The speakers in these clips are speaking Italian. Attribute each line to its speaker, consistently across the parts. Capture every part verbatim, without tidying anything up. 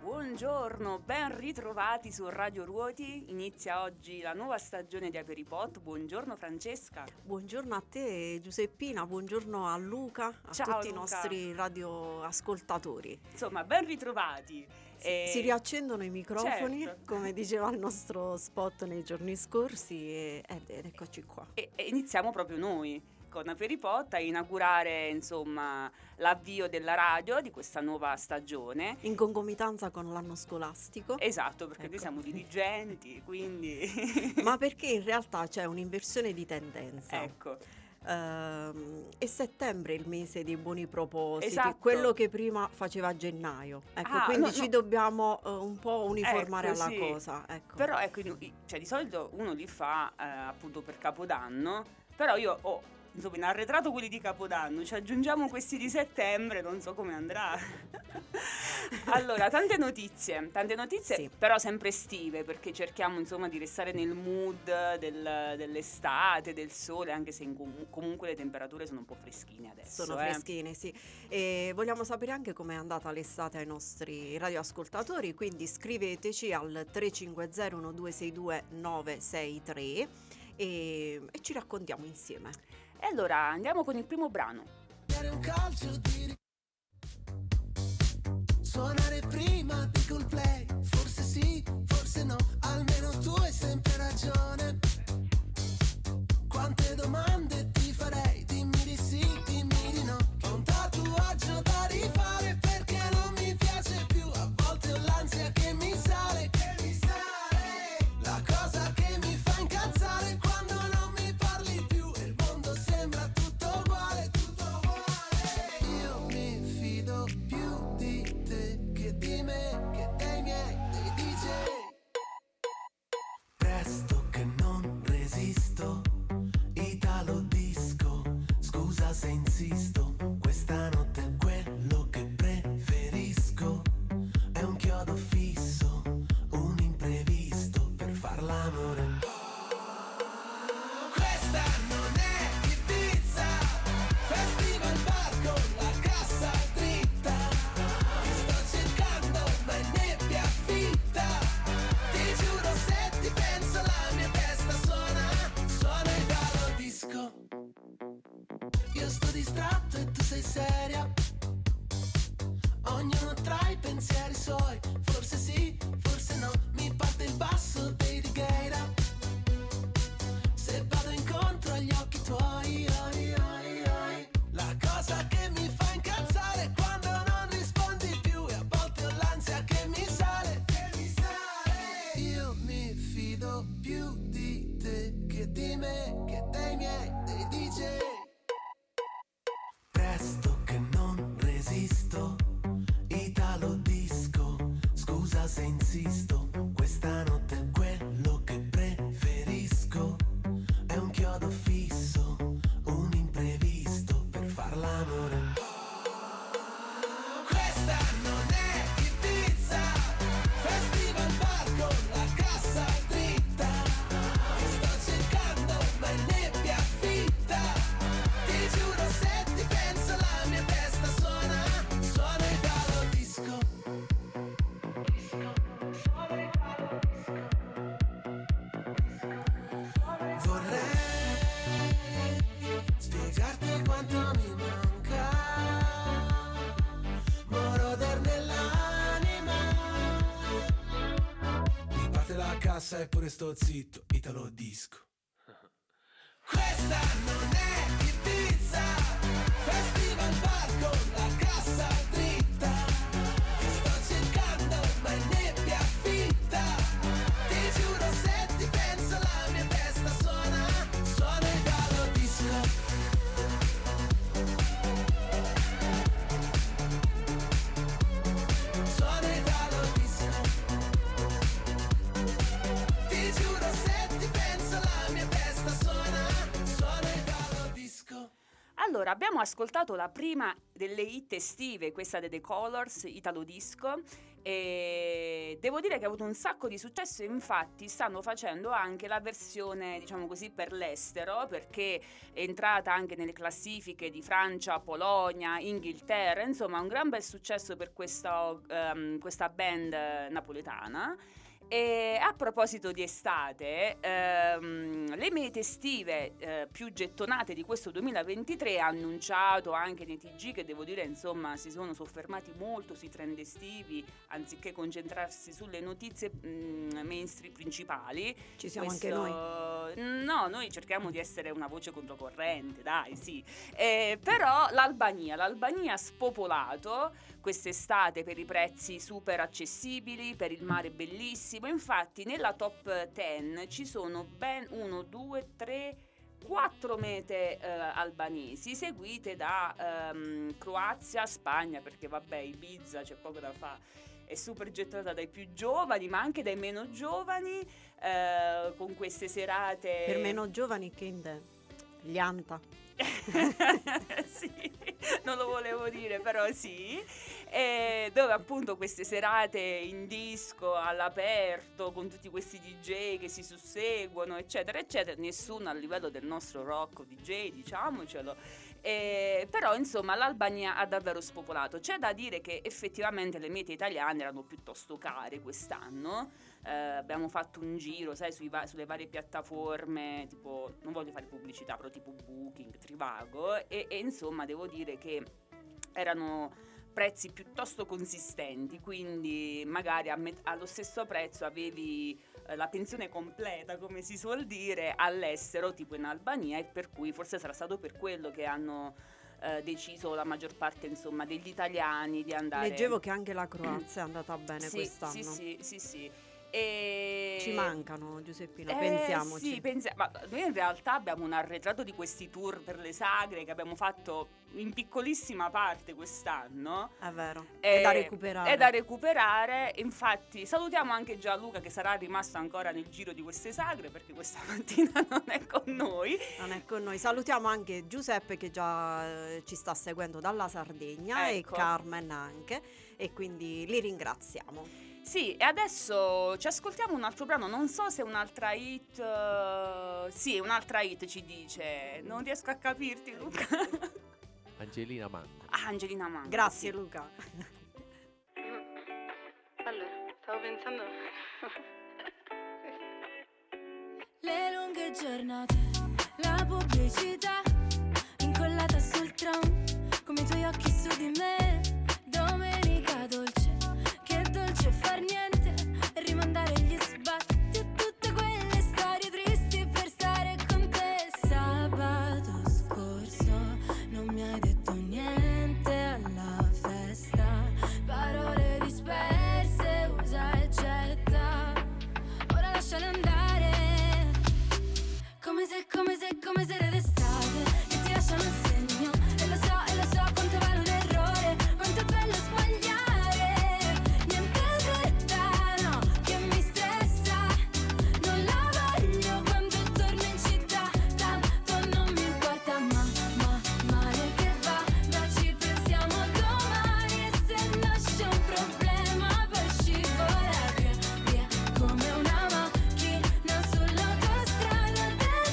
Speaker 1: Buongiorno, ben ritrovati su Radio Ruoti. Inizia oggi la nuova stagione di Aperipot. Buongiorno Francesca.
Speaker 2: Buongiorno a te Giuseppina, buongiorno a Luca, a
Speaker 1: Ciao,
Speaker 2: tutti
Speaker 1: Luca.
Speaker 2: I nostri radioascoltatori.
Speaker 1: Insomma, ben ritrovati.
Speaker 2: Si,
Speaker 1: e...
Speaker 2: si riaccendono i microfoni,
Speaker 1: certo.
Speaker 2: come diceva il nostro spot nei giorni scorsi, e, ed eccoci qua.
Speaker 1: E, e iniziamo proprio noi con Aperipot a inaugurare insomma l'avvio della radio di questa nuova stagione
Speaker 2: in concomitanza con l'anno scolastico.
Speaker 1: Esatto, perché
Speaker 2: ecco.
Speaker 1: Noi siamo dirigenti, quindi
Speaker 2: ma perché in realtà c'è un'inversione di tendenza.
Speaker 1: Ecco.
Speaker 2: Uh, è settembre il mese dei buoni propositi,
Speaker 1: esatto.
Speaker 2: Quello che prima faceva gennaio, ecco,
Speaker 1: ah,
Speaker 2: quindi
Speaker 1: no,
Speaker 2: ci
Speaker 1: no.
Speaker 2: dobbiamo uh, un po' uniformare
Speaker 1: ecco,
Speaker 2: alla
Speaker 1: sì.
Speaker 2: cosa, ecco.
Speaker 1: Però ecco, cioè, di solito uno li fa eh, appunto per Capodanno, però io ho insomma in arretrato quelli di Capodanno, ci aggiungiamo questi di settembre, non so come andrà. Allora, tante notizie, tante notizie,
Speaker 2: sì.
Speaker 1: Però sempre estive, perché cerchiamo insomma di restare nel mood del, dell'estate, del sole, anche se in com- comunque le temperature sono un po' freschine adesso.
Speaker 2: Sono
Speaker 1: eh.
Speaker 2: freschine, sì. E vogliamo sapere anche com'è andata l'estate ai nostri radioascoltatori, quindi scriveteci al tre cinque zero uno due sei due nove sei tre e, e ci raccontiamo insieme.
Speaker 1: E allora andiamo con il primo brano.
Speaker 3: Dare un calcio di suonare prima di Coldplay. Forse sì, forse no, almeno tu hai sempre ragione. Quante domande ti farei, dimmi di sì, dimmi di no. Ho un tatuaggio da rifare perché non mi piace più. A volte ho l'ansia che mi sale, che mi sale. La cosa che mi fa incazzare quando non mi parli più e il mondo sembra tutto uguale, tutto uguale. Io mi fido più di te che di me, che dei miei, dei D J. Presto che non resisto, Italo disco, scusa se insisto, questa notte è quello che preferisco, è un chiodo fisso, un imprevisto per far l'amore. Questa non è Ibiza, festival bar con la cassa dritta, ti sto cercando ma è nebbia fitta, ti giuro se ti penso la mia testa suona, suona Italo disco. Io sto distratto e tu sei seria, ognuno tra i pensieri suoi, forse sì, forse no, mi parte il basso dei Righeira, se vado incontro agli occhi tuoi, oi, oi, oi. La cosa che mi fa incazzare è quando non rispondi più e a volte ho l'ansia che mi sale, che mi sale. Io mi fido più di te che di me, che dei miei, dei D J. Presto che non resisto, Italo disco, scusa se insisto, questa notte è quello che preferisco, è un chiodo fisso, un imprevisto per far l'amore. Questa non è Ibiza, festival bar con la cassa dritta, ti sto cercando ma è nebbia fitta, ti giuro se ti penso la mia testa suona, suona Italo disco. Vorrei spiegarti quanto mi manca, moroder nell'anima. Mi parte la cassa eppure sto zitto, Italo disco. Questa non è Ibiza, festival bar con la cassa dritta, ti sto cercando ma è nebbia fitta, ti giuro se ti penso la mia testa suona, suona Italo disco. Suona Italo disco, ti giuro se ti penso la mia testa suona, suona Italo.
Speaker 1: abbiamo ascoltato la prima delle hit estive, questa dei The Colors, Italo Disco, e devo dire che ha avuto un sacco di successo. Infatti stanno facendo anche la versione, diciamo così, per l'estero, perché è entrata anche nelle classifiche di Francia, Polonia, Inghilterra, insomma un gran bel successo per questa, um, questa band napoletana. E a proposito di estate, ehm, le mete estive eh, più gettonate di questo duemilaventitré ha annunciato anche nei T G, che devo dire insomma si sono soffermati molto sui trend estivi anziché concentrarsi sulle notizie mh, mainstream principali.
Speaker 2: Ci siamo
Speaker 1: Questo...
Speaker 2: anche noi.
Speaker 1: No, noi cerchiamo di essere una voce controcorrente, dai, sì. Eh, però l'Albania, l'Albania ha spopolato quest'estate per i prezzi super accessibili, per il mare bellissimo. Infatti nella top dieci ci sono ben uno, due, tre, quattro mete eh, albanesi, seguite da ehm, Croazia, Spagna, perché vabbè Ibiza c'è poco da fare, è super gettata dai più giovani ma anche dai meno giovani, eh, con queste serate
Speaker 2: Per meno giovani che intende? Gli anta.
Speaker 1: sì, non lo volevo dire, però sì, e dove appunto queste serate in disco all'aperto con tutti questi D J che si susseguono eccetera eccetera, nessuno a livello del nostro rock D J, diciamocelo. Eh, però insomma l'Albania ha davvero spopolato. C'è da dire che effettivamente le mete italiane erano piuttosto care quest'anno. Eh, abbiamo fatto un giro, sai, sui va- sulle varie piattaforme, tipo, non voglio fare pubblicità, però tipo Booking, Trivago, e, e insomma devo dire che erano prezzi piuttosto consistenti, quindi magari a met- allo stesso prezzo avevi eh, la pensione completa, come si suol dire, all'estero, tipo in Albania, e per cui forse sarà stato per quello che hanno eh, deciso la maggior parte, insomma, degli italiani di andare.
Speaker 2: Leggevo che anche la Croazia è andata bene
Speaker 1: sì,
Speaker 2: quest'anno.
Speaker 1: Sì, sì, sì, sì. E...
Speaker 2: Ci mancano, Giuseppina,
Speaker 1: eh,
Speaker 2: pensiamoci.
Speaker 1: Sì, pensi- ma noi in realtà abbiamo un arretrato di questi tour per le sagre che abbiamo fatto in piccolissima parte quest'anno.
Speaker 2: È vero,
Speaker 1: Eh,
Speaker 2: è da recuperare.
Speaker 1: È da recuperare. Infatti salutiamo anche Gianluca, che sarà rimasto ancora nel giro di queste sagre, perché questa mattina non è con noi.
Speaker 2: Non è con noi. Salutiamo anche Giuseppe che già eh, ci sta seguendo dalla Sardegna,
Speaker 1: Ecco.
Speaker 2: e Carmen anche, e quindi li ringraziamo.
Speaker 1: Sì, e adesso ci ascoltiamo un altro brano, non so se è un'altra hit, uh, sì, è un'altra hit, ci dice, non riesco a capirti Luca.
Speaker 4: Angelina Mango.
Speaker 1: Ah, Angelina Mango.
Speaker 2: Grazie
Speaker 1: sì.
Speaker 2: Luca.
Speaker 5: Allora, stavo pensando.
Speaker 6: Le lunghe giornate, la pubblicità incollata sul tram, come i tuoi occhi su di me. Domenica dolce, che dolce far niente e rimandare gli sbatti e tutte quelle storie tristi per stare con te. Sabato scorso non mi hai detto niente alla festa, parole disperse, usa e getta. Ora lasciale andare, come se, come se, come se era d'estate, che ti lasciano un segno. E lo so, e lo so quanto vale un errore, quanto è bello sbagliare. Niente fretta, no, che mi stressa. Non la voglio quando torno in città, tanto non mi importa, ma, ma, male che va. Ma ci pensiamo domani e se nasce un problema poi scivola via, via, come una macchina sull'autostrada del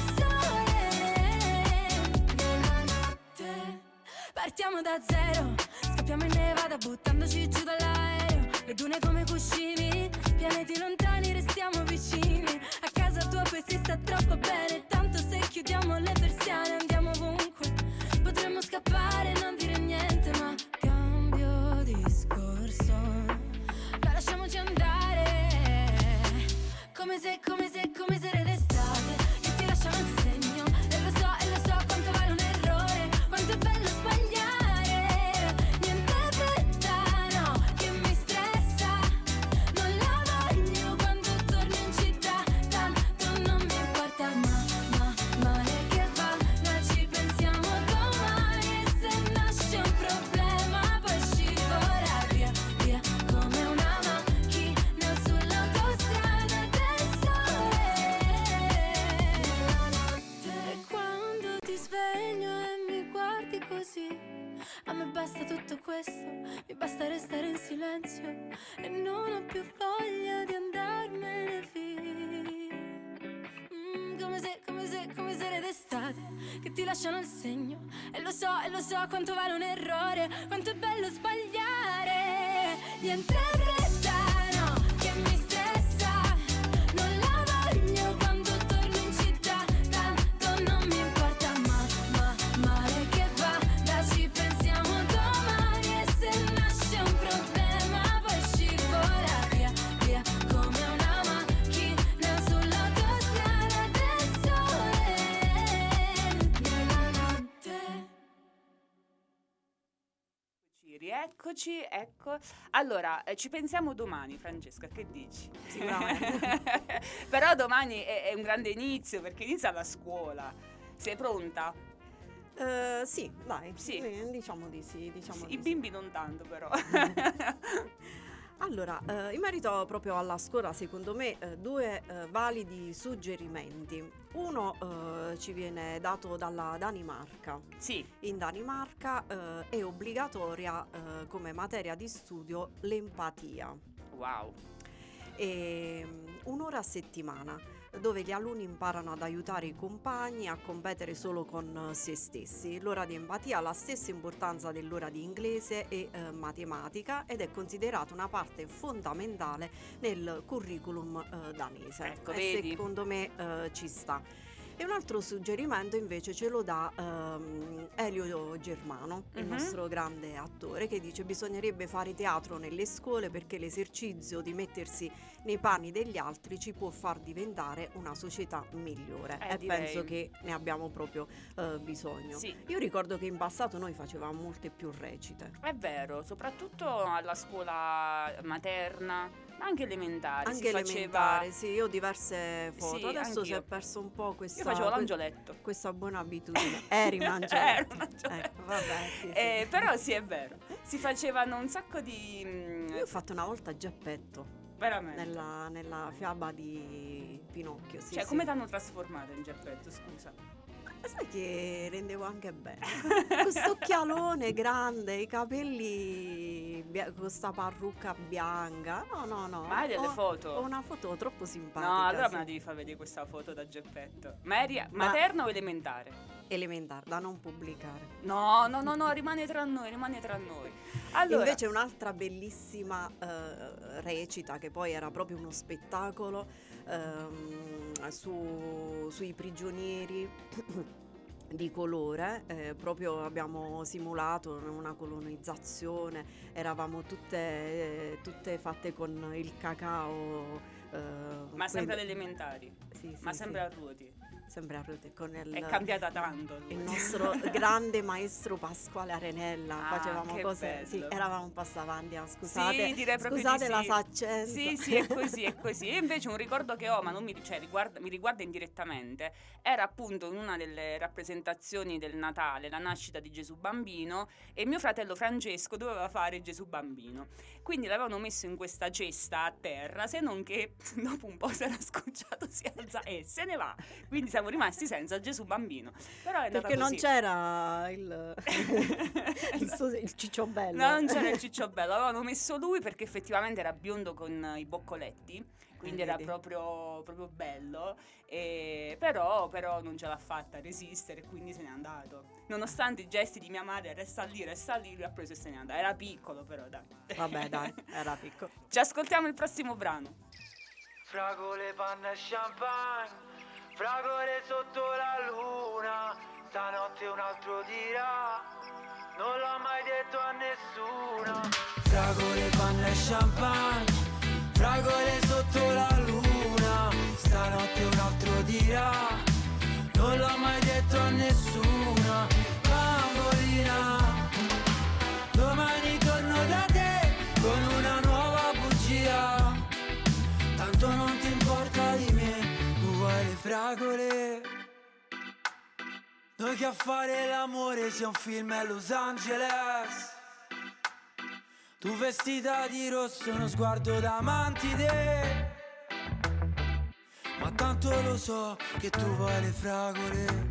Speaker 6: sole della notte. Partiamo da zero, scappiamo in Nevada buttandoci giù dall'aereo. Le dune come cuscini, pianeti lontani restiamo vicini. A casa tua poi si sta troppo bene, tanto se chiudiamo le persiane andiamo ovunque. Potremmo scappare e non dire niente, ma cambio discorso. Dai, lasciamoci andare, come se, come se, come se era d'estate, che ti lasciano un segno. E lo so, e lo so quanto vale un errore, quanto è bello sbagliare. Niente fretta, no, che mi stressa. Non la voglio quando torno in città, tanto non mi importa, ma, ma, male che va. Noi ci pensiamo domani e se nasce un problema poi scivola via, via, come una macchina sull'autostrada del sole passate che ti lasciano il segno. E lo so, e lo so quanto vale un errore, quanto è bello sbagliare. Niente fretta, no, che mi stressa, non la voglio quando torno in città, tanto non mi importa, ma, ma, male che vada, ci pensiamo domani. E se nasce un problema poi scivola via, via, come una macchina sull'autostrada del sole, nella notte.
Speaker 1: Rieccoci, ecco. Allora, eh, ci pensiamo domani, Francesca, che dici?
Speaker 2: Sicuramente.
Speaker 1: Però domani è, è un grande inizio, perché inizia la scuola. Sei pronta?
Speaker 2: Eh, sì, dai,
Speaker 1: Sì.
Speaker 2: eh, diciamo di sì, diciamo
Speaker 1: Sì,
Speaker 2: di
Speaker 1: I
Speaker 2: sì.
Speaker 1: bimbi non tanto, però.
Speaker 2: Allora, eh, in merito proprio alla scuola, secondo me, eh, due eh, validi suggerimenti. Uno eh, ci viene dato dalla Danimarca.
Speaker 1: Sì,
Speaker 2: In Danimarca eh, è obbligatoria eh, come materia di studio l'empatia.
Speaker 1: wow.
Speaker 2: E, mm, un'ora a settimana, dove gli alunni imparano ad aiutare i compagni a competere solo con eh, se stessi. L'ora di empatia ha la stessa importanza dell'ora di inglese e eh, matematica ed è considerata una parte fondamentale nel curriculum eh, danese.
Speaker 1: Ecco,
Speaker 2: e
Speaker 1: vedi?
Speaker 2: secondo me eh, ci sta. E un altro suggerimento invece ce lo dà ehm, Elio Germano, il
Speaker 1: Mhm.
Speaker 2: nostro grande attore, che dice: bisognerebbe fare teatro nelle scuole perché l'esercizio di mettersi nei panni degli altri ci può far diventare una società migliore.
Speaker 1: Eh,
Speaker 2: e
Speaker 1: direi.
Speaker 2: penso che ne abbiamo proprio eh, bisogno.
Speaker 1: Sì.
Speaker 2: Io ricordo che in passato noi facevamo molte più recite.
Speaker 1: È vero, soprattutto alla scuola materna, ma anche elementare.
Speaker 2: Anche
Speaker 1: si faceva...
Speaker 2: elementare, sì, io ho diverse foto.
Speaker 1: Sì,
Speaker 2: Adesso si
Speaker 1: anch'io.
Speaker 2: è perso un po' questa,
Speaker 1: Io facevo
Speaker 2: que-
Speaker 1: l'angioletto.
Speaker 2: questa buona abitudine. Eri
Speaker 1: Ero
Speaker 2: mangiato.
Speaker 1: un angioletto.
Speaker 2: Ecco, vabbè, sì, sì.
Speaker 1: Eh, però sì, è vero. Si facevano un sacco di... mm,
Speaker 2: Io ho fatto una volta Geppetto
Speaker 1: veramente.
Speaker 2: nella, nella fiaba di Pinocchio. Sì,
Speaker 1: Cioè,
Speaker 2: sì.
Speaker 1: come ti hanno trasformato in Geppetto, scusa?
Speaker 2: Ma sai che rendevo anche bene. Questo occhialone grande, i capelli, bia- con questa parrucca bianca. No, no, no.
Speaker 1: Ma hai delle
Speaker 2: Ho-
Speaker 1: foto?
Speaker 2: Ho una foto troppo simpatica.
Speaker 1: No, allora
Speaker 2: sì.
Speaker 1: me la devi far vedere questa foto da Geppetto. Ma eri materna o elementare?
Speaker 2: Elementare, da non pubblicare.
Speaker 1: No, no, no, no, rimane tra noi, rimane tra noi. Allora,
Speaker 2: Invece un'altra bellissima eh, recita, che poi era proprio uno spettacolo, ehm, su- sui prigionieri di colore, eh, proprio abbiamo simulato una colonizzazione, eravamo tutte, eh, tutte fatte con il cacao. eh,
Speaker 1: ma sempre
Speaker 2: quello-
Speaker 1: alle elementari,
Speaker 2: sì, sì,
Speaker 1: ma
Speaker 2: sì,
Speaker 1: sempre a ruoti.
Speaker 2: sempre a ruote, con il,
Speaker 1: È cambiata tanto. lui.
Speaker 2: il nostro grande maestro Pasquale Arenella.
Speaker 1: Ah,
Speaker 2: facevamo
Speaker 1: che
Speaker 2: cose, sì,
Speaker 1: bello.
Speaker 2: eravamo un passo avanti, ah, scusate,
Speaker 1: Sì, direi proprio
Speaker 2: scusate
Speaker 1: di
Speaker 2: la
Speaker 1: sì.
Speaker 2: saccenza.
Speaker 1: Sì, sì, è così, è così. E invece un ricordo che ho, ma non mi, cioè, riguarda, mi riguarda indirettamente, era appunto in una delle rappresentazioni del Natale, la nascita di Gesù Bambino, e mio fratello Francesco doveva fare Gesù Bambino. Quindi l'avevano messo in questa cesta a terra, se non che dopo un po' si era scocciato, si alza e se ne va. Quindi siamo rimasti senza Gesù Bambino. Però è andata
Speaker 2: Perché non
Speaker 1: così.
Speaker 2: c'era il, il, so- il cicciobello.
Speaker 1: No, non c'era il cicciobello, avevano messo lui perché effettivamente era biondo con i boccoletti, quindi
Speaker 2: Eh,
Speaker 1: era
Speaker 2: vedi.
Speaker 1: proprio, proprio bello, e però, però non ce l'ha fatta a resistere, quindi se n'è andato. Nonostante i gesti di mia madre, resta lì, resta lì, lui ha preso e se n'è andato. Era piccolo però, dai.
Speaker 2: Vabbè, dai, era piccolo.
Speaker 1: Ci ascoltiamo il prossimo brano.
Speaker 7: Fragole, panna e champagne, fragole sotto la luna, stanotte un altro dirà, non l'ho mai detto a nessuno. Fragole, panna e champagne, fragole sotto la luna, stanotte un altro dirà, non l'ho mai detto a nessuno. Bambolina, domani torno da te con una nuova bugia. Tanto non ti importa di me, tu vuoi le fragole. Noi che a fare l'amore sia un film a Los Angeles. Tu vestita di rosso, uno sguardo da mantide. Ma tanto lo so che tu vuoi le fragole.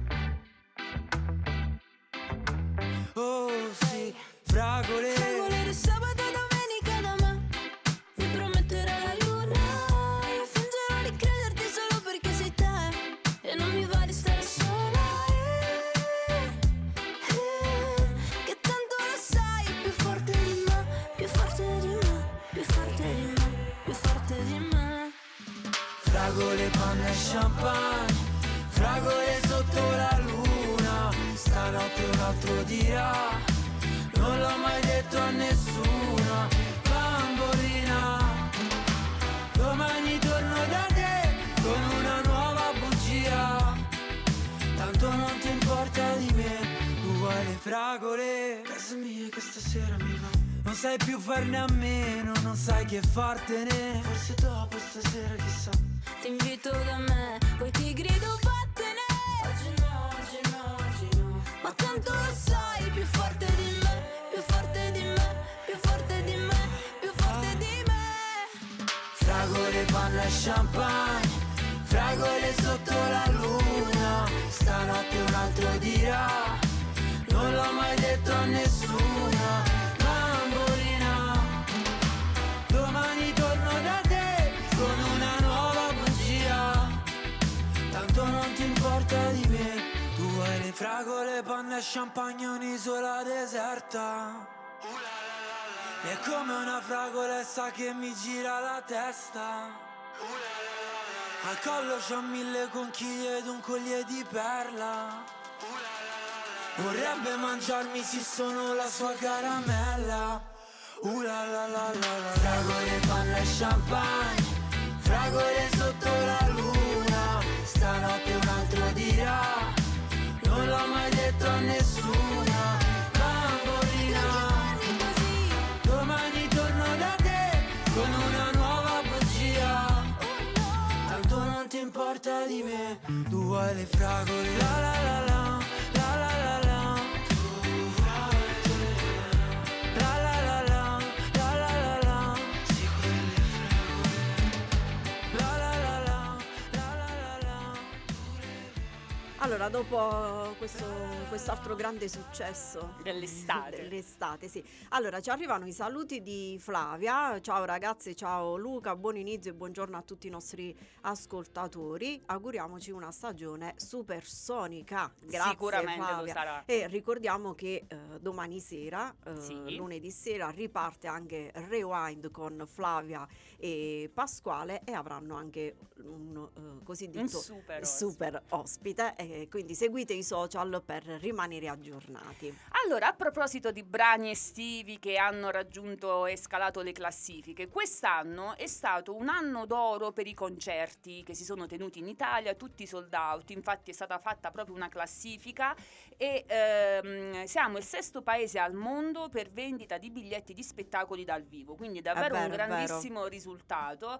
Speaker 7: Oh sì, fragole.
Speaker 6: Fragole di sabato e domenica da me, mi prometterà la luna. Io fingerò di crederti solo perché sei te, e non mi va di stare sola.
Speaker 7: fragole, panna e champagne, fragole sotto la luna, stanotte un altro dirà, non l'ho mai detto a nessuno, bambolina, domani torno da te con una nuova bugia, tanto non ti importa di me, tu vuoi le fragole, casa mia che stasera mi va, non sai più farne a meno, non sai che fartene, forse dopo stasera chissà,
Speaker 6: ti invito da me, poi ti grido vattene,
Speaker 7: oggi no, oggi no, oggi no,
Speaker 6: ma tanto lo sai, più forte di me, più forte di me, più forte di me, più forte di me.
Speaker 7: fragole, panna e champagne, fragole sotto la luna, stanotte un altro dirà, non l'ho mai detto a nessuno, bambolina, domani torno da te con una nuova bugia, tanto non ti importa di me, tu vuoi le fragole, panna e champagne, un'isola deserta, è come una fragolessa che mi gira la testa, al collo c'ho mille conchiglie ed un collier di perla, vorrebbe mangiarmi se sono la sua caramella. Uh la la la la la. Fragole, panna e champagne, fragole sotto la luna, stanotte un altro dirà, non l'ho mai detto a nessuno, bambolina, domani torno da te con una nuova bugia, tanto non ti importa di me, tu vuoi le fragole, la la la la.
Speaker 2: Allora, dopo questo quest'altro grande successo
Speaker 1: Dell'estate.
Speaker 2: dell'estate, sì. Allora, ci arrivano i saluti di Flavia. Ciao ragazzi, ciao Luca, buon inizio e buongiorno a tutti i nostri ascoltatori. Auguriamoci una stagione supersonica. Grazie
Speaker 1: Sicuramente
Speaker 2: Flavia.
Speaker 1: lo sarà.
Speaker 2: E ricordiamo che eh, domani sera, eh,
Speaker 1: Sì.
Speaker 2: lunedì sera, riparte anche Rewind con Flavia e Pasquale e avranno anche un eh, cosiddetto
Speaker 1: Un super ospite.
Speaker 2: super ospite. E quindi seguite i social per rimanere aggiornati.
Speaker 1: Allora, a proposito di brani estivi che hanno raggiunto e scalato le classifiche, quest'anno è stato un anno d'oro per i concerti che si sono tenuti in Italia, tutti sold out. Infatti è stata fatta proprio una classifica e ehm, siamo il sesto paese al mondo per vendita di biglietti di spettacoli dal vivo, quindi è davvero
Speaker 2: È vero,
Speaker 1: un
Speaker 2: è vero.
Speaker 1: grandissimo risultato.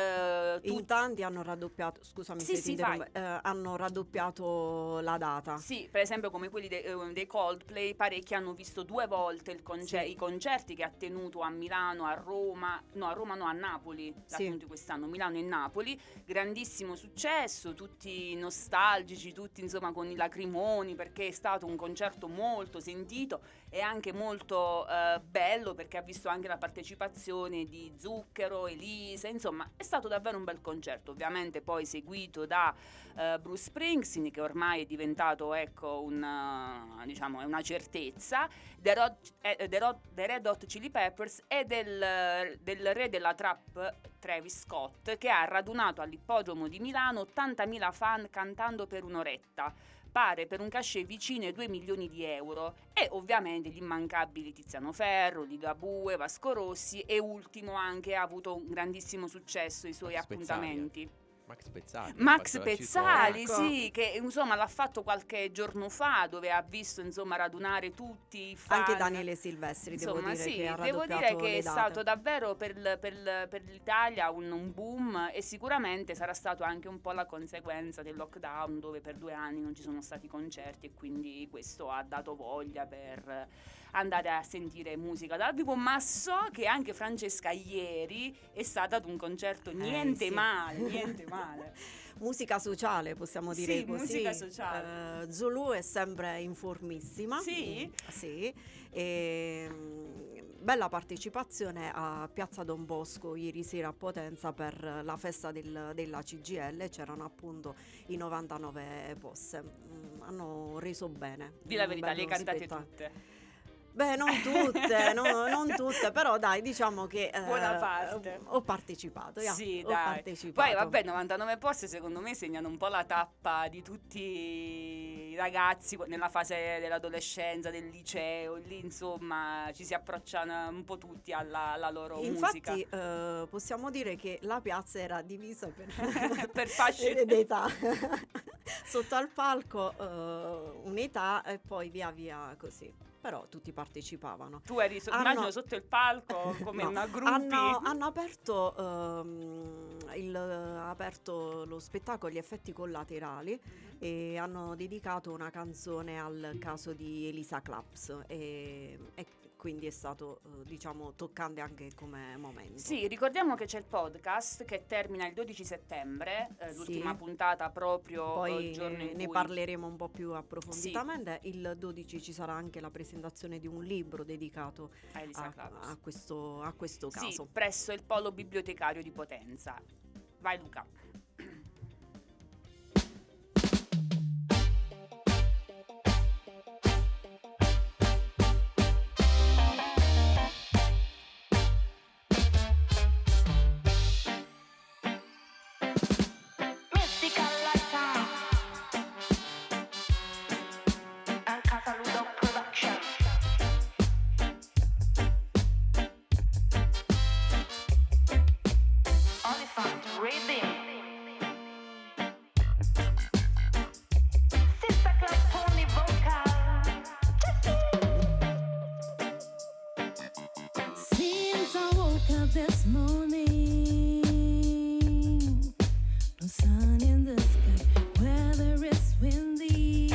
Speaker 1: Eh,
Speaker 2: In
Speaker 1: tut-
Speaker 2: tanti hanno raddoppiato, scusami
Speaker 1: Sì,
Speaker 2: se ti
Speaker 1: sì,
Speaker 2: interrompo, eh, hanno raddoppiato la data.
Speaker 1: Sì, per esempio come quelli de- eh, dei Coldplay, parecchi hanno visto due volte il conce-
Speaker 2: Sì.
Speaker 1: i concerti che ha tenuto a Milano, a Roma, no a Roma no, a Napoli, l'ha
Speaker 2: Sì.
Speaker 1: tenuti quest'anno, Milano e Napoli, grandissimo successo, tutti nostalgici, tutti insomma con i lacrimoni perché è stato un concerto molto sentito e anche molto eh, bello perché ha visto anche la partecipazione di Zucchero, Elisa, insomma è stato davvero un bel concerto, ovviamente poi seguito da eh, Bruce Springsteen che ormai è diventato ecco una, diciamo, è una certezza, The, Rod, eh, The, Rod, The Red Hot Chili Peppers e del, del re della trap Travis Scott che ha radunato all'ippodromo di Milano ottantamila fan cantando per un'oretta, pare per un cachet vicino ai due milioni di euro, e ovviamente gli immancabili Tiziano Ferro, Ligabue, Vasco Rossi e ultimo anche ha avuto un grandissimo successo i suoi
Speaker 4: Max Pezzali.
Speaker 1: appuntamenti.
Speaker 4: Max Pezzali.
Speaker 1: Max
Speaker 4: ha fatto la
Speaker 1: Pezzali,
Speaker 2: Ecco.
Speaker 1: sì, che insomma l'ha fatto qualche giorno fa dove ha visto insomma radunare tutti i fan.
Speaker 2: Anche Daniele Silvestri,
Speaker 1: Insomma,
Speaker 2: devo dire
Speaker 1: sì,
Speaker 2: che ha
Speaker 1: devo
Speaker 2: raddoppiato
Speaker 1: dire che
Speaker 2: le
Speaker 1: è
Speaker 2: date.
Speaker 1: stato davvero per, l- per l- per l'Italia un, un boom e sicuramente sarà stato anche un po' la conseguenza del lockdown dove per due anni non ci sono stati concerti e quindi questo ha dato voglia per andare a sentire musica dal vivo, ma so che anche Francesca ieri è stata ad un concerto niente
Speaker 2: sì.
Speaker 1: male, niente male.
Speaker 2: Musica sociale, possiamo dire
Speaker 1: Sì,
Speaker 2: così.
Speaker 1: musica sociale.
Speaker 2: Eh, Zulu è sempre in formissima.
Speaker 1: Sì?
Speaker 2: Mm, sì. E, mm, bella partecipazione a Piazza Don Bosco ieri sera a Potenza per la festa del- della C G I L. C'erano appunto i novantanove posse. Mm, hanno reso bene.
Speaker 1: Di la
Speaker 2: Un
Speaker 1: verità, le
Speaker 2: bello
Speaker 1: cantate
Speaker 2: spettacolo.
Speaker 1: tutte.
Speaker 2: Beh, non tutte, no, non tutte, però dai, diciamo che eh,
Speaker 1: Buona parte.
Speaker 2: ho partecipato, yeah,
Speaker 1: Sì,
Speaker 2: ho
Speaker 1: dai.
Speaker 2: partecipato.
Speaker 1: Poi vabbè, novantanove post secondo me segnano un po' la tappa di tutti i ragazzi nella fase dell'adolescenza, del liceo, lì insomma ci si approcciano un po' tutti alla, alla loro musica.
Speaker 2: Infatti eh, possiamo dire che la piazza era divisa per,
Speaker 1: Per fasce
Speaker 2: d'età. Sotto al palco eh, un'età e poi via via così. Però tutti partecipavano.
Speaker 1: Tu eri so-
Speaker 2: Hanno-
Speaker 1: immagino sotto il palco come
Speaker 2: No,
Speaker 1: una gruppi.
Speaker 2: hanno, hanno aperto ehm, il, ha aperto lo spettacolo Gli effetti collaterali e hanno dedicato una canzone al caso di Elisa Claps e, e quindi è stato eh, diciamo toccante anche come momento.
Speaker 1: Sì, ricordiamo che c'è il podcast che termina il dodici settembre, eh,
Speaker 2: Sì.
Speaker 1: l'ultima puntata proprio
Speaker 2: Poi
Speaker 1: il giorno
Speaker 2: ne,
Speaker 1: in
Speaker 2: ne
Speaker 1: cui
Speaker 2: parleremo un po' più approfonditamente. Il dodici ci sarà anche la presentazione di un libro dedicato
Speaker 1: a Elisa
Speaker 2: a,
Speaker 1: Claps.
Speaker 2: a questo, a questo
Speaker 1: Sì,
Speaker 2: caso.
Speaker 1: presso il polo bibliotecario di Potenza. Vai Luca.
Speaker 5: Mystical Lifetime and Casaludo Production. Oliphant Rhythm. Sister Club Pony Vocal.
Speaker 6: Since I woke up this morning, no sun in the sky, weather is windy,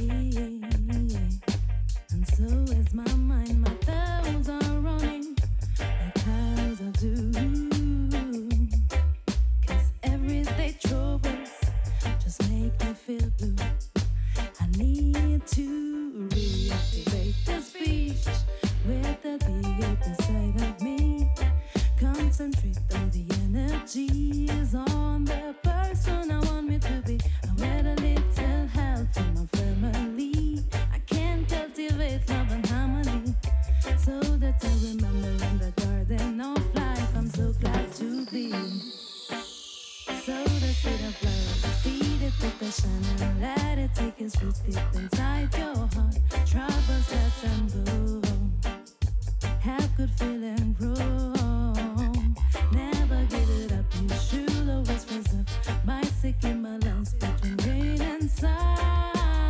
Speaker 6: and so is my mind. My thoughts are running like clouds of doom, 'cause everyday troubles just make me feel blue. I need to reactivate the speech with the beat inside of me. Concentrate all the energies on the person I want me to be. I want a little help from my family. I can cultivate love and harmony, so that I remember in the garden of life I'm so glad to be. So the seed of love, feed it with passion and let it take its roots deep inside your heart. Troubles let them go. Have good feeling grow. Never give it up, you should always rise up by seeking balance between rain and sun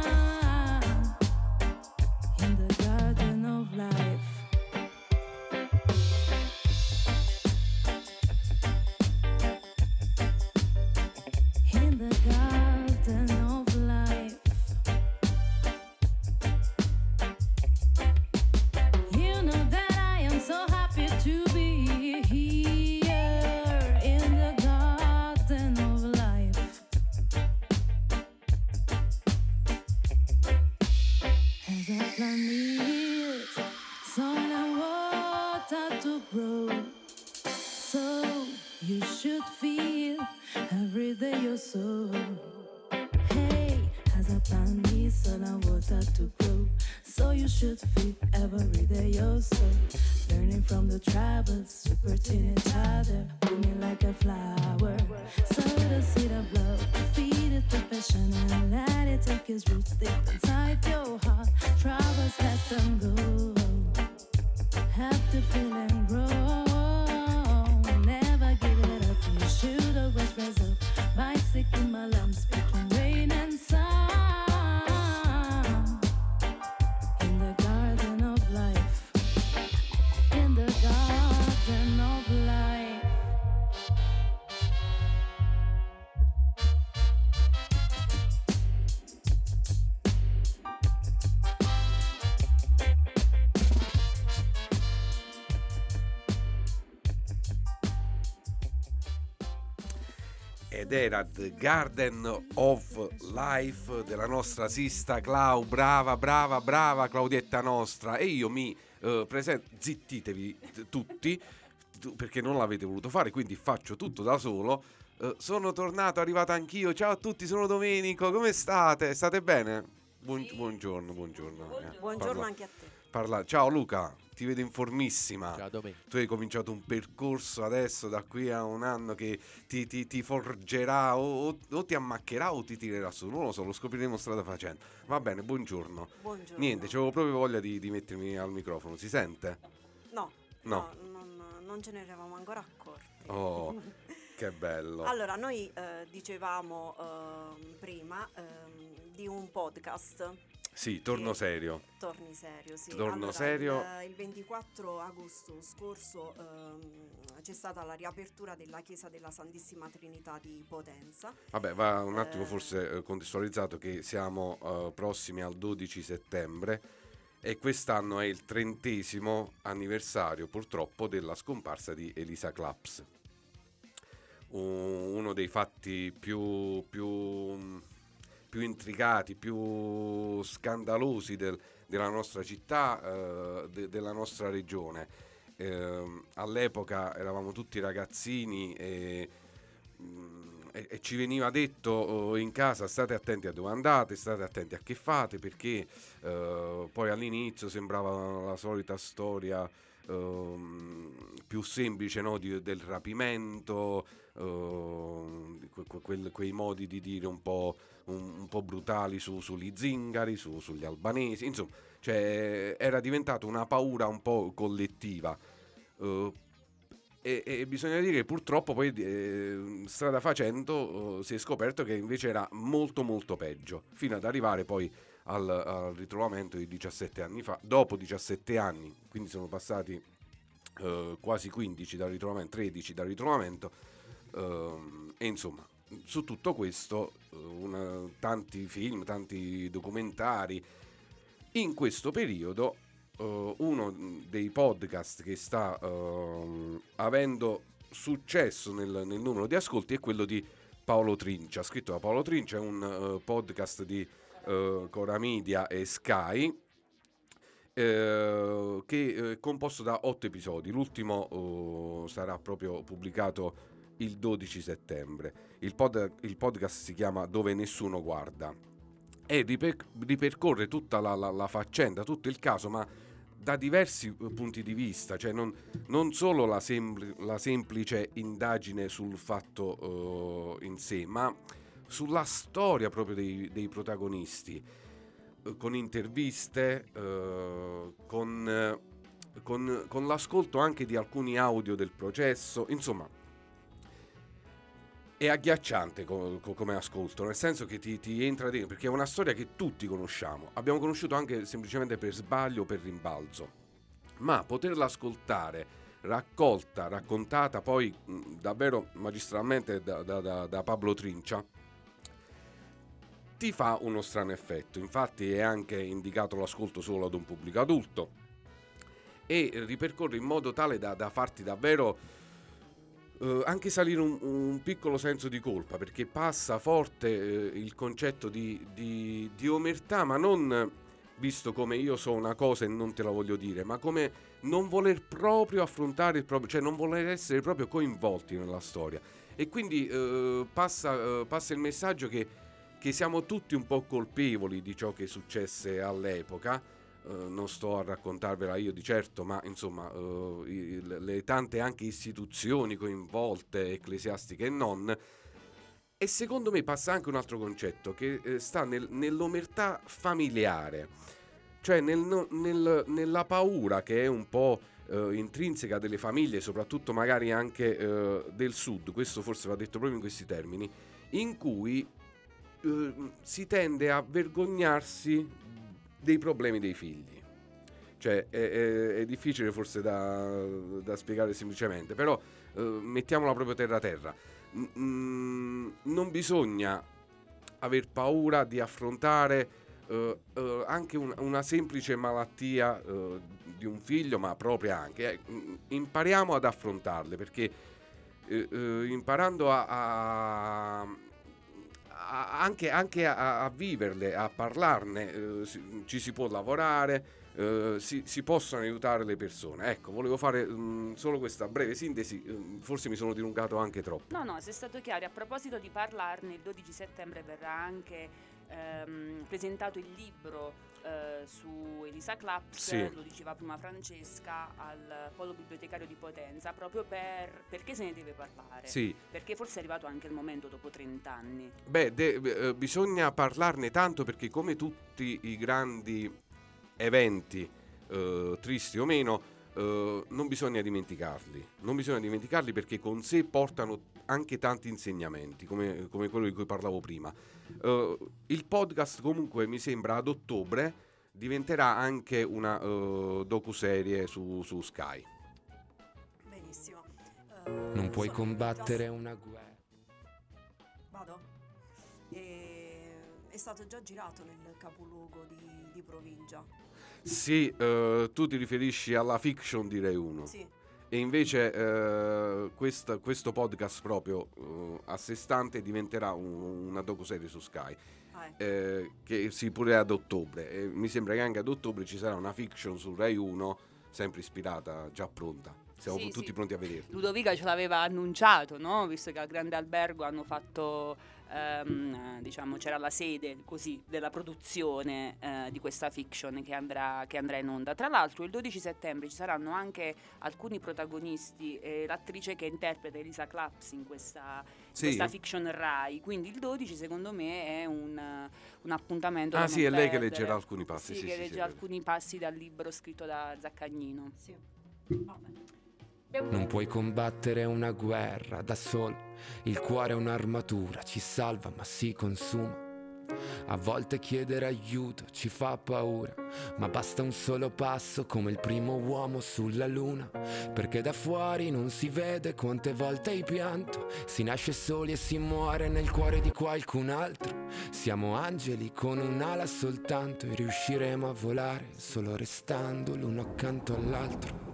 Speaker 6: in the garden of life. In the garden of life. You know that I am so happy to be here in the garden of life. As I plant it, soil and water to grow, so you should feel every day your soul. Hey, as I plant me soil and water to grow, so you should feel every day your soul. Learning from the travels, supporting each other, blooming like a flower. So the seed of love, feed it with passion and let it take its roots deep inside your heart. Troubles let them go. Have to feel and grow. Never give it up. You should always rise up by seeking balance between rain and sun in the garden of life. In the garden of life.
Speaker 8: Ed era The Garden of Life della nostra Sista Clau. Brava, brava, brava Claudietta nostra. E io mi eh, presento, zittitevi t- tutti, tu- perché non l'avete voluto fare, quindi faccio tutto da solo. Eh, sono tornato, arrivato anch'io. Ciao a tutti, sono Domenico, come state? State bene? Buon-
Speaker 1: Sì.
Speaker 8: buongiorno, buongiorno.
Speaker 1: Buongiorno.
Speaker 8: Eh,
Speaker 2: Buongiorno
Speaker 8: parla-
Speaker 2: anche a te.
Speaker 8: parlare. Ciao Luca, ti vedo in formissima.
Speaker 4: Ciao Domenico.
Speaker 8: Tu hai cominciato un percorso adesso da qui a un anno che ti, ti, ti forgerà o, o, o ti ammaccherà o ti tirerà su, non lo so, lo scopriremo strada facendo. Va bene, buongiorno.
Speaker 2: Buongiorno.
Speaker 8: Niente, c'avevo proprio voglia di, di mettermi al microfono, si sente?
Speaker 2: No,
Speaker 8: No.
Speaker 2: no, non, non ce ne eravamo ancora accorti.
Speaker 8: Oh, che bello.
Speaker 2: Allora, noi eh, dicevamo ehm, prima ehm, di un podcast.
Speaker 8: Sì, torno
Speaker 2: che-
Speaker 8: serio.
Speaker 2: Torni serio, sì.
Speaker 8: Torno
Speaker 2: Allora,
Speaker 8: serio.
Speaker 2: Il, il ventiquattro agosto scorso ehm, c'è stata la riapertura della chiesa della Santissima Trinità di Potenza.
Speaker 8: Vabbè, va un attimo
Speaker 2: Eh.
Speaker 8: forse eh, contestualizzato che siamo eh, prossimi al dodici settembre e quest'anno è il trentesimo anniversario purtroppo della scomparsa di Elisa Claps. U- uno dei fatti più, più, più intricati, più scandalosi del- della nostra città, eh, de- della nostra regione. Ehm, all'epoca eravamo tutti ragazzini e, mm, e- e ci veniva detto oh, in casa: state attenti a dove andate, state attenti a che fate, perché eh, poi all'inizio sembrava la solita storia ehm, più semplice, no, di- del rapimento, ehm, que- que- quel- quei modi di dire un po', un, un po' brutali su- sugli zingari, su- sugli albanesi, insomma, cioè, era diventata una paura un po' collettiva. eh, e, e bisogna dire che purtroppo poi eh, strada facendo eh, si è scoperto che invece era molto molto peggio, fino ad arrivare poi al, al ritrovamento di diciassette anni fa, dopo diciassette anni, quindi sono passati eh, quasi quindici dal ritrovamento, tredici dal ritrovamento, ehm, e insomma su tutto questo eh, una- tanti film, tanti documentari. In questo periodo eh, uno dei podcast che sta ehm, avendo successo nel, nel numero di ascolti è quello di Paolo Trincia, scritto da Paolo Trincia, è un eh, podcast di eh, Cora Media e Sky, eh, che è composto da otto episodi. L'ultimo eh, sarà proprio pubblicato il dodici settembre. Il, pod- il podcast si chiama Dove nessuno guarda e riper- ripercorre tutta la, la- la faccenda, tutto il caso, ma da diversi eh, punti di vista, cioè non, non solo la, sempl- la semplice indagine sul fatto eh, in sé, ma sulla storia proprio dei, dei protagonisti, eh, con interviste, eh, con, eh, con, con l'ascolto anche di alcuni audio del processo, insomma. È agghiacciante co- co- come ascolto, nel senso che ti, ti entra dentro, perché è una storia che tutti conosciamo, abbiamo conosciuto anche semplicemente per sbaglio o per rimbalzo, ma poterla ascoltare raccolta, raccontata poi mh, davvero magistralmente da, da- da- da Pablo Trincia, ti fa uno strano effetto. Infatti è anche indicato l'ascolto solo ad un pubblico adulto e ripercorre in modo tale da, da farti davvero Uh, anche salire un, un piccolo senso di colpa, perché passa forte uh, il concetto di, di, di omertà, ma non visto come io so una cosa e non te la voglio dire, ma come non voler proprio affrontare il proprio, cioè non voler essere proprio coinvolti nella storia. E quindi uh, passa, uh, passa il messaggio che, che siamo tutti un po' colpevoli di ciò che successe all'epoca. Uh, non sto a raccontarvela io di certo, ma insomma uh, i- le tante anche istituzioni coinvolte, ecclesiastiche e non. E secondo me passa anche un altro concetto che eh, sta nel- nell'omertà familiare, cioè nel no- nel- nella paura che è un po' eh, intrinseca delle famiglie, soprattutto magari anche eh, del sud, questo forse va detto proprio in questi termini, in cui eh, si tende a vergognarsi dei problemi dei figli. Cioè è, è- è difficile forse da, da spiegare semplicemente, però eh, mettiamola proprio terra a terra. N- mm, non bisogna aver paura di affrontare eh, eh, anche un- una semplice malattia eh, di un figlio, ma propria anche. eh. Mm, impariamo ad affrontarle, perché eh, eh, imparando a, a- a- anche, anche a, a viverle, a parlarne, eh, si- ci si può lavorare, eh, si, si possono aiutare le persone. Ecco, volevo fare mm, solo questa breve sintesi, mm, forse mi sono dilungato anche troppo.
Speaker 1: No, no, sei stato chiaro. A proposito di parlarne, il dodici settembre verrà anche ehm, presentato il libro eh, su Elisa Claps,
Speaker 8: Sì.
Speaker 1: lo diceva prima Francesca, al Polo Bibliotecario di Potenza, proprio per perché se ne deve parlare.
Speaker 8: Sì.
Speaker 1: Perché forse è arrivato anche il momento dopo trenta anni.
Speaker 8: Beh, de- eh, bisogna parlarne tanto, perché come tutti i grandi eventi, eh, tristi o meno, eh, non bisogna dimenticarli. Non bisogna dimenticarli perché con sé portano anche tanti insegnamenti, come, come quello di cui parlavo prima. Eh, il podcast comunque mi sembra ad ottobre diventerà anche una eh, docuserie su, su Sky.
Speaker 2: Benissimo.
Speaker 9: Non
Speaker 2: Eh,
Speaker 9: puoi
Speaker 2: sono
Speaker 9: combattere
Speaker 2: già-
Speaker 9: una guerra.
Speaker 2: Vado? E- È stato già girato nel capoluogo di, di provincia.
Speaker 8: Sì, eh, tu ti riferisci alla fiction di Rai uno.
Speaker 2: Sì.
Speaker 8: E invece eh, questa- questo podcast proprio eh, a sé stante diventerà un- una docuserie su Sky,
Speaker 2: Ah, ecco.
Speaker 8: eh, che si pure ad ottobre. E mi sembra che anche ad ottobre ci sarà una fiction su Rai uno, sempre ispirata, già pronta. Siamo
Speaker 1: Sì,
Speaker 8: tutti
Speaker 1: sì.
Speaker 8: pronti a vederla.
Speaker 1: Ludovica ce l'aveva annunciato, no? Visto che al Grande Albergo hanno fatto, ehm, diciamo, c'era la sede così della produzione eh, di questa fiction che andrà, che andrà in onda. Tra l'altro il dodici settembre ci saranno anche alcuni protagonisti, eh, l'attrice che interpreta Elisa Claps in questa,
Speaker 8: Sì.
Speaker 1: questa fiction Rai, quindi il dodici secondo me è un, un appuntamento
Speaker 8: Ah
Speaker 1: da
Speaker 8: sì,
Speaker 1: non
Speaker 8: è lei che
Speaker 1: perdere.
Speaker 8: leggerà alcuni passi.
Speaker 1: Sì,
Speaker 8: Sì,
Speaker 1: che
Speaker 8: sì, sì,
Speaker 1: legge
Speaker 8: è vero.
Speaker 1: alcuni passi dal libro scritto da Zaccagnino.
Speaker 2: Sì. Vabbè.
Speaker 9: Non puoi combattere una guerra da solo. Il cuore è un'armatura, ci salva ma si consuma. A volte chiedere aiuto ci fa paura, ma basta un solo passo come il primo uomo sulla luna. Perché da fuori non si vede quante volte hai pianto. Si nasce soli e si muore nel cuore di qualcun altro. Siamo angeli con un'ala soltanto e riusciremo a volare solo restando l'uno accanto all'altro.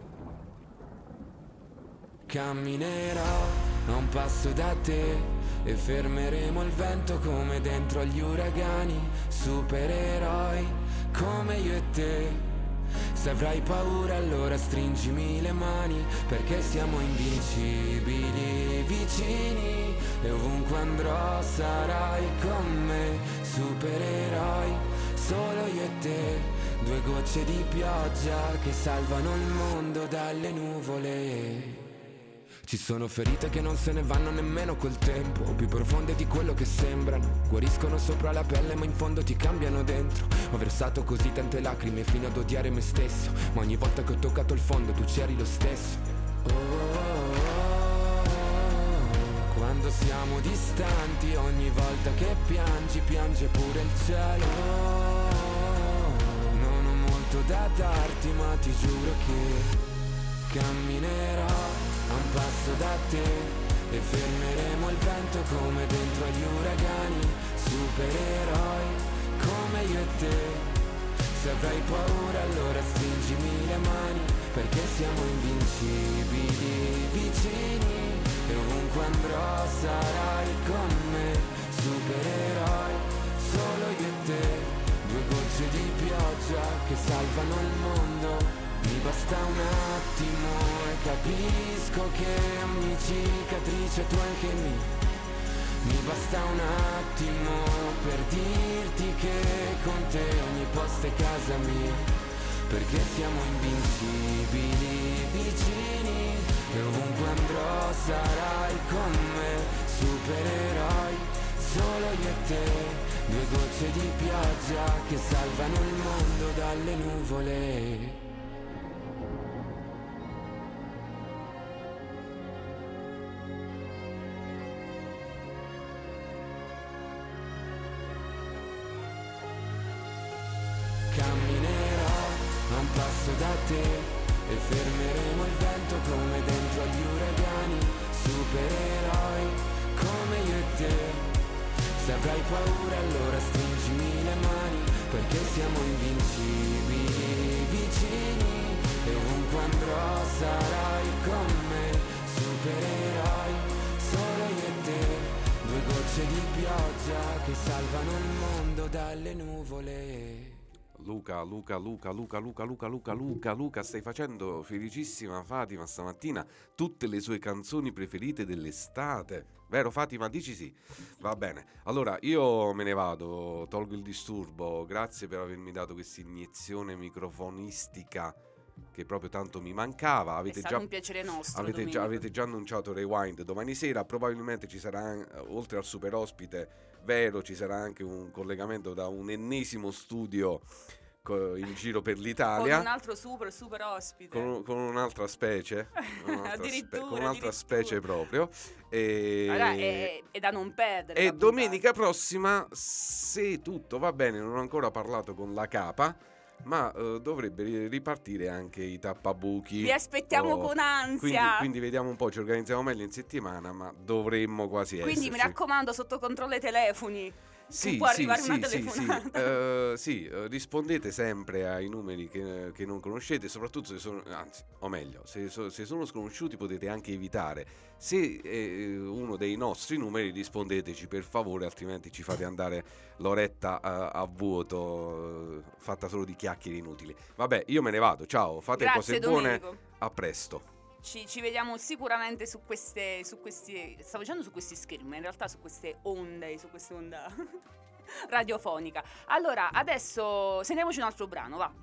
Speaker 9: Camminerò a un passo da te e fermeremo il vento come dentro agli uragani. Supereroi come io e te. Se avrai paura allora stringimi le mani, perché siamo invincibili vicini. E ovunque andrò sarai con me. Supereroi solo io e te. Due gocce di pioggia che salvano il mondo dalle nuvole. Ci sono ferite che non se ne vanno nemmeno col tempo, più profonde di quello che sembrano. Guariscono sopra la pelle ma in fondo ti cambiano dentro. Ho versato così tante lacrime fino ad odiare me stesso, ma ogni volta che ho toccato il fondo tu c'eri lo stesso. Oh, oh, oh, oh. Quando siamo distanti ogni volta che piangi piange pure il cielo. Oh, non ho molto da darti ma ti giuro che camminerò a un passo da te e fermeremo il vento come dentro agli uragani. Supereroi come io e te. Se avrai paura allora stringimi le mani, perché siamo invincibili vicini. E ovunque andrò sarai con me. Supereroi solo io e te. Due gocce di pioggia che salvano il mondo. Mi basta un attimo e capisco che ogni cicatrice tu anche mi. Mi basta un attimo per dirti che con te ogni posto è casa mia. Perché siamo invincibili vicini. E ovunque andrò sarai con me. Supereroi solo io e te. Due gocce di pioggia che salvano il mondo dalle nuvole. Camminerò a un passo da te e fermeremo il vento come dentro agli uragani. Supereroi come io e te. Se avrai paura allora stringimi le mani, perché siamo invincibili vicini. E ovunque andrò sarai con me. Supereroi solo io e te. Due gocce di pioggia che salvano il mondo dalle nuvole.
Speaker 8: Luca, Luca, Luca, Luca, Luca, Luca, Luca, Luca, Luca, stai facendo, felicissima Fatima, stamattina tutte le sue canzoni preferite dell'estate. Vero Fatima? Dici sì. Va bene. Allora io me ne vado, tolgo il disturbo. Grazie per avermi dato questa iniezione microfonistica che proprio tanto mi mancava. Avete
Speaker 1: È stato
Speaker 8: già
Speaker 1: un piacere nostro.
Speaker 8: avete già, avete già annunciato Rewind domani sera. Probabilmente ci sarà, oltre al super ospite Vero, ci sarà anche un collegamento da un ennesimo studio co- in giro per l'Italia
Speaker 1: Con un altro super, super ospite.
Speaker 8: con, con un'altra specie, un'altra spe-
Speaker 1: Addirittura,
Speaker 8: con un'altra
Speaker 1: addirittura.
Speaker 8: specie proprio. E,
Speaker 1: Allora, è, è da non perdere.
Speaker 8: e
Speaker 1: la
Speaker 8: domenica prossima, se tutto va bene, non ho ancora parlato con la capa, ma eh, dovrebbe ri- ripartire anche i tappabuchi.
Speaker 1: Vi aspettiamo
Speaker 8: Oh,
Speaker 1: con
Speaker 8: Quindi,
Speaker 1: ansia.
Speaker 8: quindi vediamo un po', ci organizziamo meglio in settimana, ma dovremmo quasi
Speaker 1: Quindi mi
Speaker 8: esserci.
Speaker 1: raccomando, sotto controllo i telefoni.
Speaker 8: Sì,
Speaker 1: può
Speaker 8: sì,
Speaker 1: arrivare
Speaker 8: sì,
Speaker 1: una
Speaker 8: sì,
Speaker 1: telefonata.
Speaker 8: sì, eh, sì, eh, rispondete sempre ai numeri che, che non conoscete, soprattutto se sono, anzi, o meglio, se, so- se sono sconosciuti potete anche evitare. Se è uno dei nostri numeri, rispondeteci per favore, altrimenti ci fate andare l'oretta a, a vuoto, eh, fatta solo di chiacchiere inutili. Vabbè, io me ne vado, ciao, fate
Speaker 1: Grazie,
Speaker 8: cose buone,
Speaker 1: Domenico.
Speaker 8: a presto.
Speaker 1: Ci, ci vediamo sicuramente su queste, su questi, stavo dicendo su questi schermi, ma in realtà su queste onde, su queste onda radiofonica. Allora, adesso sentiamoci un altro brano, va.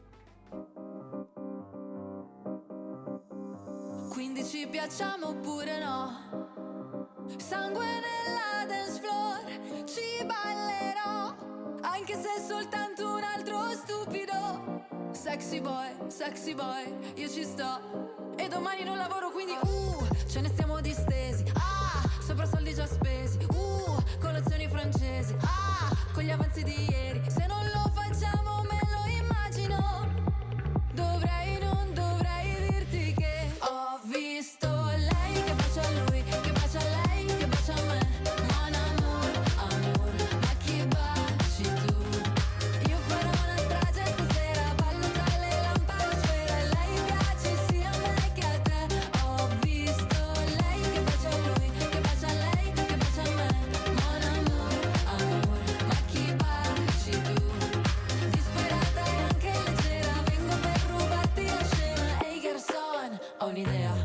Speaker 6: Quindi ci piacciamo oppure no? Sangue nella dance floor, ci ballerò, anche se è soltanto un altro stupido. Sexy boy, sexy boy, io ci sto. E domani non lavoro, quindi uh, ce ne stiamo distesi. Ah, sopra soldi già spesi. Uh, colazioni francesi. Ah, con gli avanzi di ieri. Se non lo facciamo me lo immagino. Dovrei, non dovrei dirti che ho visto lei che bacia a lui, che bacia a lei, che bacia a me. Mon amour, amour, ma chi baci tu? Io farò una strage stasera, ballo tra le lampadosfere. E lei piace sia a me che a te. Ho visto lei che bacia a lui, che bacia a lei, che bacia a me. Mon amour, amour, ma chi baci tu? Disperata e anche leggera, vengo per rubarti la scena. Ehi garçon, ho un'idea.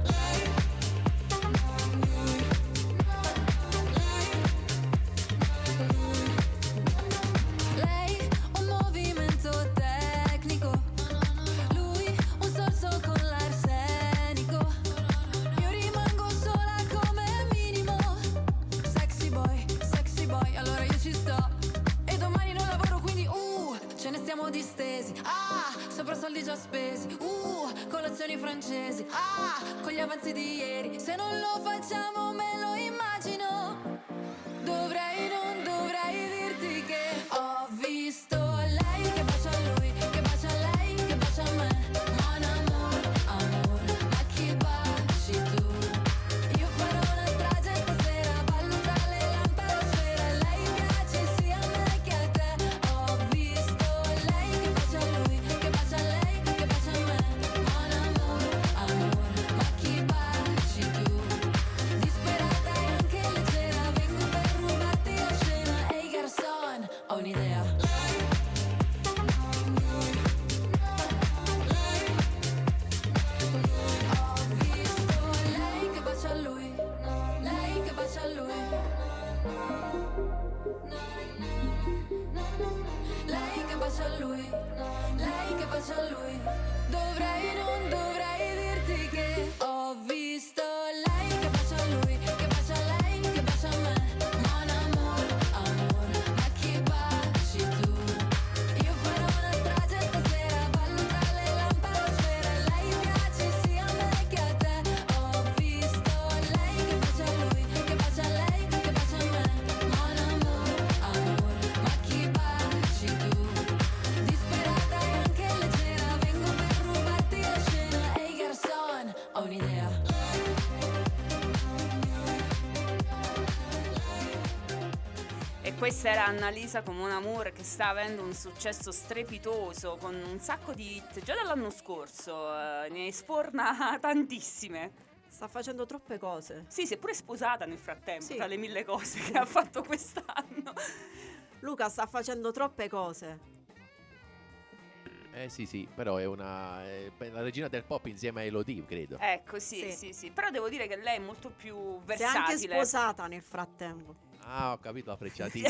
Speaker 6: Lei un movimento tecnico, lui un sorso con l'arsenico. Io rimango sola come minimo. Sexy boy, sexy boy, allora io ci sto. E domani non lavoro, quindi uh, ce ne stiamo distesi. Ah, sopra soldi già spesi. Uh, colazioni francesi. Ah, con gli avanzi di ieri. Se non lo facciamo me lo immagino. Dovrei, non dovrei dirti che ho visto lei che bacia a lui, che bacia a lei, che bacia a me. Mon amour, amour, ma chi baci tu? Io farò una strage stasera, ballo tra le lampadosfere. E lei piace sia a me che a te. Ho visto lei che bacia a lui, che bacia a lei, che bacia a me. Mon amour, amour, ma chi baci tu? Disperata e anche leggera, vengo per rubarti la scena. Ehi garçon, ho un'idea. Ho visto lei che bacia a lui, lei che bacia a lui. Lei che bacia a lui, lei che bacia a lui. Dovrei, non dovrei dirti che ho visto lei che bacia a lui, che bacia a lei, che bacia a me. Mon amour, amour, ma chi baci tu? Io farò una strage stasera, ballo tra le lampadosfere. E lei piace sia a me che a te. Ho visto lei che bacia a lui, che bacia a lei, che bacia a me. Mon amour, amour, ma chi baci tu? Disperata e anche leggera, vengo per rubarti la scena. Ehi garçon, ho un'idea.
Speaker 1: E questa era Annalisa con Mon Amour, che sta avendo un successo strepitoso con un sacco di hit già dall'anno scorso, eh, ne sforna tantissime.
Speaker 2: Sta facendo troppe cose.
Speaker 1: Sì, si è pure sposata nel frattempo,
Speaker 2: Sì.
Speaker 1: tra le mille cose che ha fatto quest'anno.
Speaker 2: Luca sta facendo troppe cose.
Speaker 4: Eh sì, sì, però è una è la regina del pop insieme a Elodie, credo.
Speaker 1: Ecco, sì, sì,
Speaker 2: Sì.
Speaker 1: sì, però devo dire che lei è molto più
Speaker 2: Si è anche
Speaker 1: versatile.
Speaker 2: sposata nel frattempo.
Speaker 4: Ah, ho capito la frecciatina.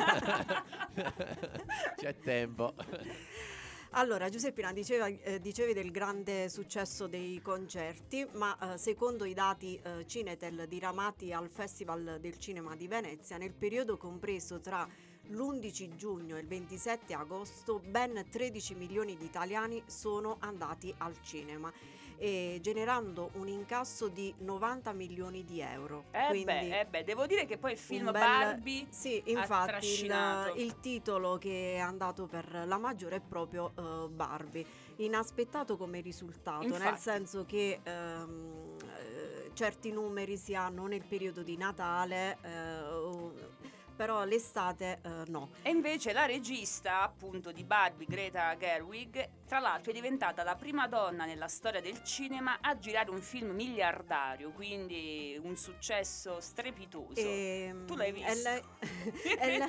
Speaker 4: C'è tempo.
Speaker 2: Allora, Giuseppina, diceva, eh, dicevi del grande successo dei concerti, ma eh, secondo i dati eh, Cinetel diramati al Festival del Cinema di Venezia, nel periodo compreso tra l'undici giugno e il ventisette agosto, ben tredici milioni di italiani sono andati al cinema, e generando un incasso di novanta milioni di euro.
Speaker 1: Eh
Speaker 2: Quindi
Speaker 1: beh, eh beh, devo dire che poi il film
Speaker 2: un bel-
Speaker 1: Barbie
Speaker 2: Sì,
Speaker 1: ha
Speaker 2: infatti
Speaker 1: trascinato.
Speaker 2: il, il titolo che è andato per la maggiore è proprio eh, Barbie. Inaspettato come risultato, nel
Speaker 1: Infatti.
Speaker 2: senso che ehm, eh, certi numeri si hanno nel periodo di Natale, eh, o- però l'estate eh, no.
Speaker 1: E invece la regista appunto di Barbie, Greta Gerwig, tra l'altro è diventata la prima donna nella storia del cinema a girare un film miliardario, quindi un successo strepitoso.
Speaker 2: Ehm,
Speaker 1: Tu l'hai
Speaker 2: è
Speaker 1: visto?
Speaker 2: lei- è lei-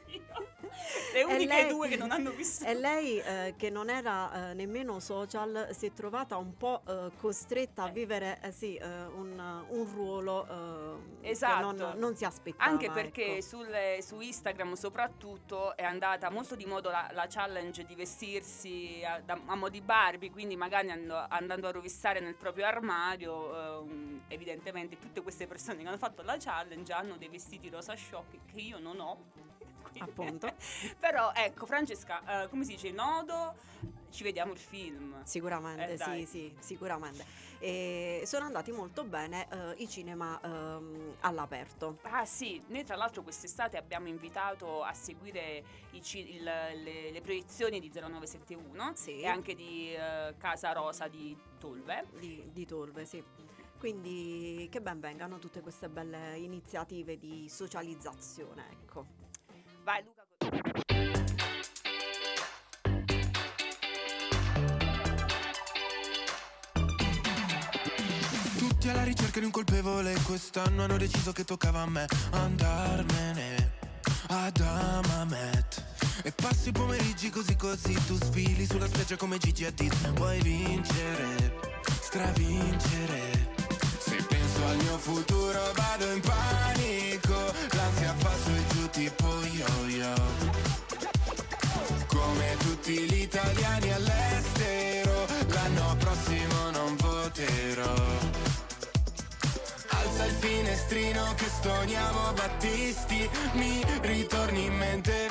Speaker 1: Le
Speaker 2: è
Speaker 1: uniche
Speaker 2: lei-
Speaker 1: due che non hanno visto.
Speaker 2: E lei eh, che non era eh, nemmeno social, si è trovata un po' eh, costretta a
Speaker 1: Eh.
Speaker 2: vivere eh, sì, eh, un, un ruolo eh,
Speaker 1: Esatto.
Speaker 2: che non, non si aspettava.
Speaker 1: Anche perché
Speaker 2: ecco.
Speaker 1: sul- su Instagram soprattutto è andata molto di moda la, la challenge di vestirsi a, da- a mo' di Barbie, quindi magari andando, andando a rovistare nel proprio armadio. ehm, evidentemente tutte queste persone che hanno fatto la challenge hanno dei vestiti rosa sciocchi che io non ho. Quindi-
Speaker 2: Appunto.
Speaker 1: Però ecco, Francesca, eh, come si dice, nodo, ci vediamo il film.
Speaker 2: Sicuramente,
Speaker 1: Eh, dai.
Speaker 2: sì, sì, sicuramente. E sono andati molto bene eh, i cinema ehm, all'aperto.
Speaker 1: Ah sì, noi tra l'altro quest'estate abbiamo invitato a seguire i ci- il- le, le proiezioni di zero nove sette uno
Speaker 2: Sì.
Speaker 1: e anche di eh, Casa Rosa di Tolve.
Speaker 2: Di, di Tolve, sì. Quindi che ben vengano tutte queste belle iniziative di socializzazione, ecco.
Speaker 1: Vai Luca.
Speaker 9: Tutti alla ricerca di un colpevole, quest'anno hanno deciso che toccava a me andarmene ad Amamet. E passi i pomeriggi così così, tu sfili sulla spiaggia come Gigi Hadid. Vuoi vincere, stravincere. Se penso al mio futuro vado in panico, l'ansia fa su e giù tipo yo-yo. Come tutti gli italiani all'estero, l'anno prossimo non voterò. Alza il finestrino che stoniamo Battisti, mi ritorni in mente.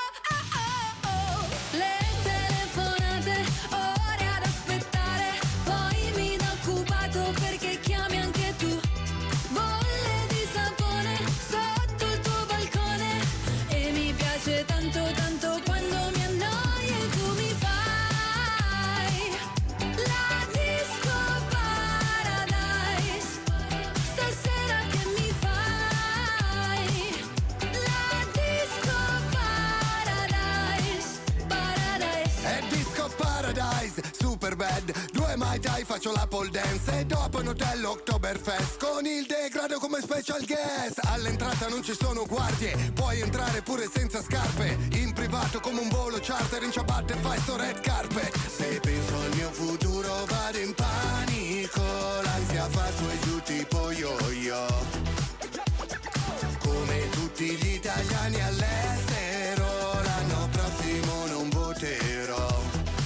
Speaker 6: Le telefonate, ore ad aspettare, poi mi do occupato perché chiami anche tu. Bolle di sapone sotto il tuo balcone, e mi piace tanto tanto quando mi annoi e tu mi fai la disco paradise. Stasera che mi fai la disco paradise, paradise.
Speaker 3: È Disco Paradise, super bad. Due mai dai, faccio la pole dance. E dopo in hotel Oktoberfest con il degrado come special guest. All'entrata non ci sono guardie, puoi entrare pure senza scarpe. In privato come un volo charter, in ciabatte fai sto red carpet. Se penso al mio futuro vado in panico, l'ansia fa su e giù tipo yo-yo. Come tutti gli italiani all'estero, l'anno prossimo non voterò.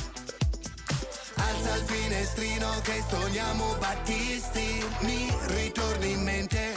Speaker 3: Alza il finestrino che stoniamo Battisti, mi ritorni in mente.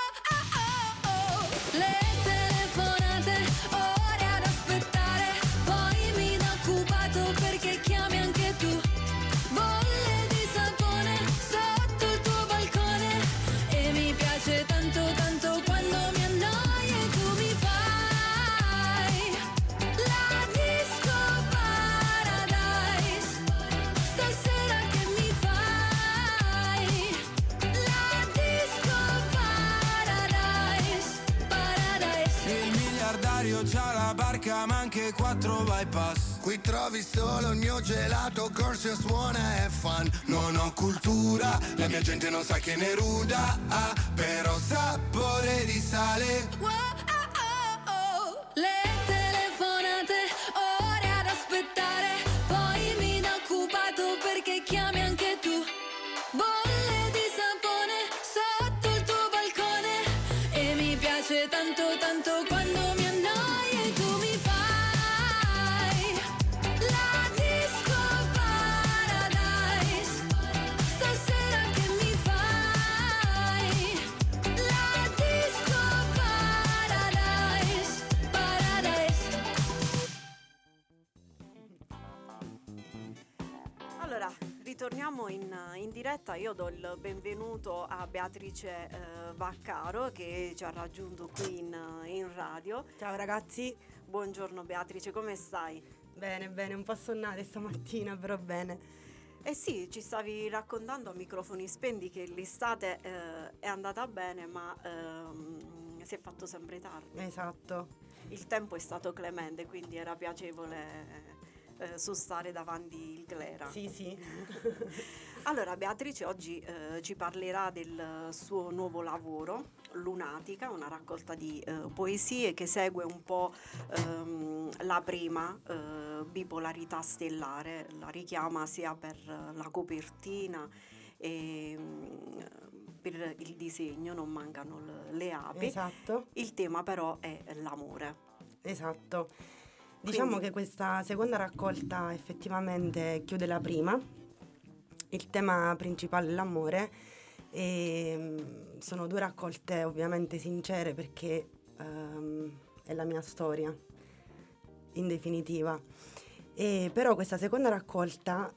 Speaker 6: Le telefonate, ore ad aspettare, poi mi do occupato perché chiami anche tu. Bolle di sapone sotto il tuo balcone, e mi piace tanto tanto quando mi annoi e tu mi fai la disco paradise. Stasera che mi fai la disco paradise, paradise.
Speaker 9: Il miliardario c'ha la barca ma anche quattro bypass.
Speaker 3: Qui trovi solo il mio gelato, corso suona e fun. Non ho cultura, la mia gente non sa che ne ruda, ah, però sapore di sale.
Speaker 6: Le telefonate, ore ad aspettare, poi mi
Speaker 2: ritorniamo in, in diretta. Io do il benvenuto a Beatrice eh, Vaccaro che ci ha raggiunto qui in, in radio.
Speaker 10: Ciao ragazzi.
Speaker 2: Buongiorno Beatrice, come stai?
Speaker 10: Bene, bene, un po' sonnata stamattina, però bene.
Speaker 2: Eh sì, ci stavi raccontando a microfoni spenti che l'estate eh, è andata bene, ma ehm, si è fatto sempre tardi.
Speaker 10: Esatto.
Speaker 2: Il tempo è stato clemente, quindi era piacevole eh, sostare davanti il Glera.
Speaker 10: Sì, sì.
Speaker 2: Allora, Beatrice oggi eh, ci parlerà del suo nuovo lavoro, Lunatica, una raccolta di eh, poesie che segue un po' ehm, la prima, eh, Bipolarità stellare, la richiama sia per la copertina e mh, per il disegno, non mancano l- le api.
Speaker 10: Esatto.
Speaker 2: Il tema però è l'amore.
Speaker 10: Esatto. Diciamo
Speaker 2: Quindi-
Speaker 10: che questa seconda raccolta effettivamente chiude la prima. Il tema principale è l'amore e mm, sono due raccolte ovviamente sincere perché ehm, è la mia storia, in definitiva. E però questa seconda raccolta,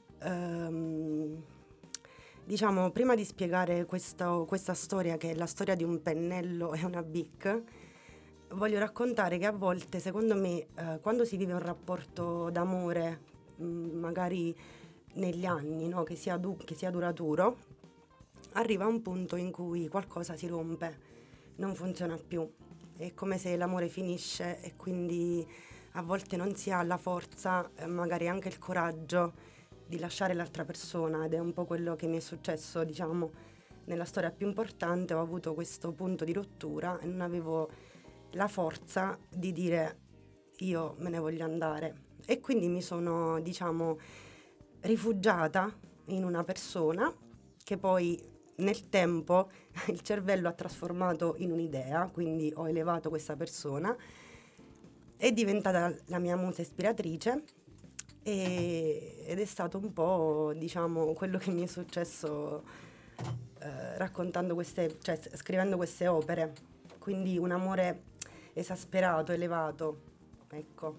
Speaker 10: ehm, diciamo, prima di spiegare questo- questa storia, che è la storia di un pennello e una bic, voglio raccontare che a volte, secondo me, eh, quando si vive un rapporto d'amore, mh, magari negli anni, no, che sia, du- che sia duraturo, arriva un punto in cui qualcosa si rompe, non funziona più. È come se l'amore finisce e quindi a volte non si ha la forza, eh, magari anche il coraggio di lasciare l'altra persona, ed è un po' quello che mi è successo, diciamo, nella storia più importante. Ho avuto questo punto di rottura e non avevo la forza di dire io me ne voglio andare, e quindi mi sono, diciamo, rifugiata in una persona che poi nel tempo il cervello ha trasformato in un'idea, quindi ho elevato questa persona, è diventata la mia musa ispiratrice e- ed è stato un po', diciamo, quello che mi è successo eh, raccontando queste, cioè s- scrivendo queste opere, quindi un amore esasperato, elevato, ecco.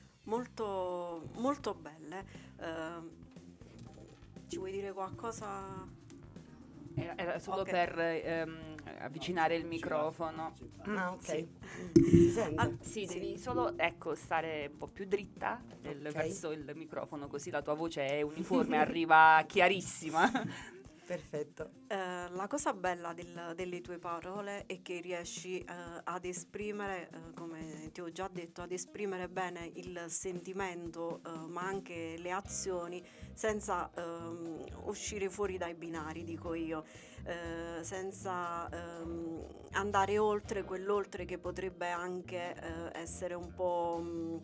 Speaker 2: Molto, molto belle. Eh, ci vuoi dire qualcosa?
Speaker 1: Era, era solo
Speaker 2: Ok.
Speaker 1: per ehm, avvicinare il microfono.
Speaker 10: Ah, ok.
Speaker 2: Sì.
Speaker 10: Si sente?
Speaker 1: Ah, sì, devi solo, ecco, stare un po' più dritta del-
Speaker 10: Ok.
Speaker 1: verso il microfono, così la tua voce è uniforme, arriva chiarissima.
Speaker 10: Perfetto.
Speaker 2: Eh, la cosa bella del- delle tue parole è che riesci eh, ad esprimere, eh, come ti ho già detto, ad esprimere bene il sentimento, eh, ma anche le azioni, senza ehm, uscire fuori dai binari, dico io, eh, senza ehm, andare oltre quell'oltre che potrebbe anche eh, essere un po', mh,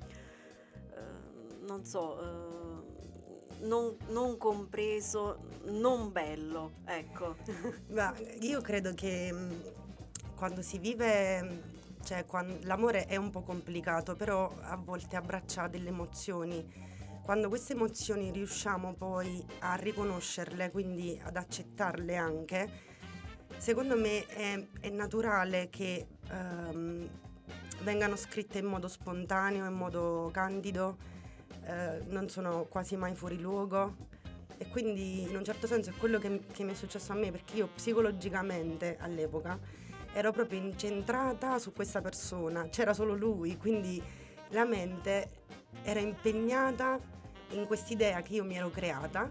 Speaker 2: eh, non so, eh, non, non compreso, non bello, ecco.
Speaker 10: Ma io credo che mh, quando si vive, mh, cioè quan- l'amore è un po' complicato, però a volte abbraccia delle emozioni. Quando queste emozioni riusciamo poi a riconoscerle, quindi ad accettarle anche, secondo me è, è naturale che ehm, vengano scritte in modo spontaneo, in modo candido, eh, non sono quasi mai fuori luogo. E quindi in un certo senso è quello che, che mi è successo a me, perché io psicologicamente all'epoca ero proprio incentrata su questa persona, c'era solo lui, quindi la mente era impegnata in quest'idea che io mi ero creata,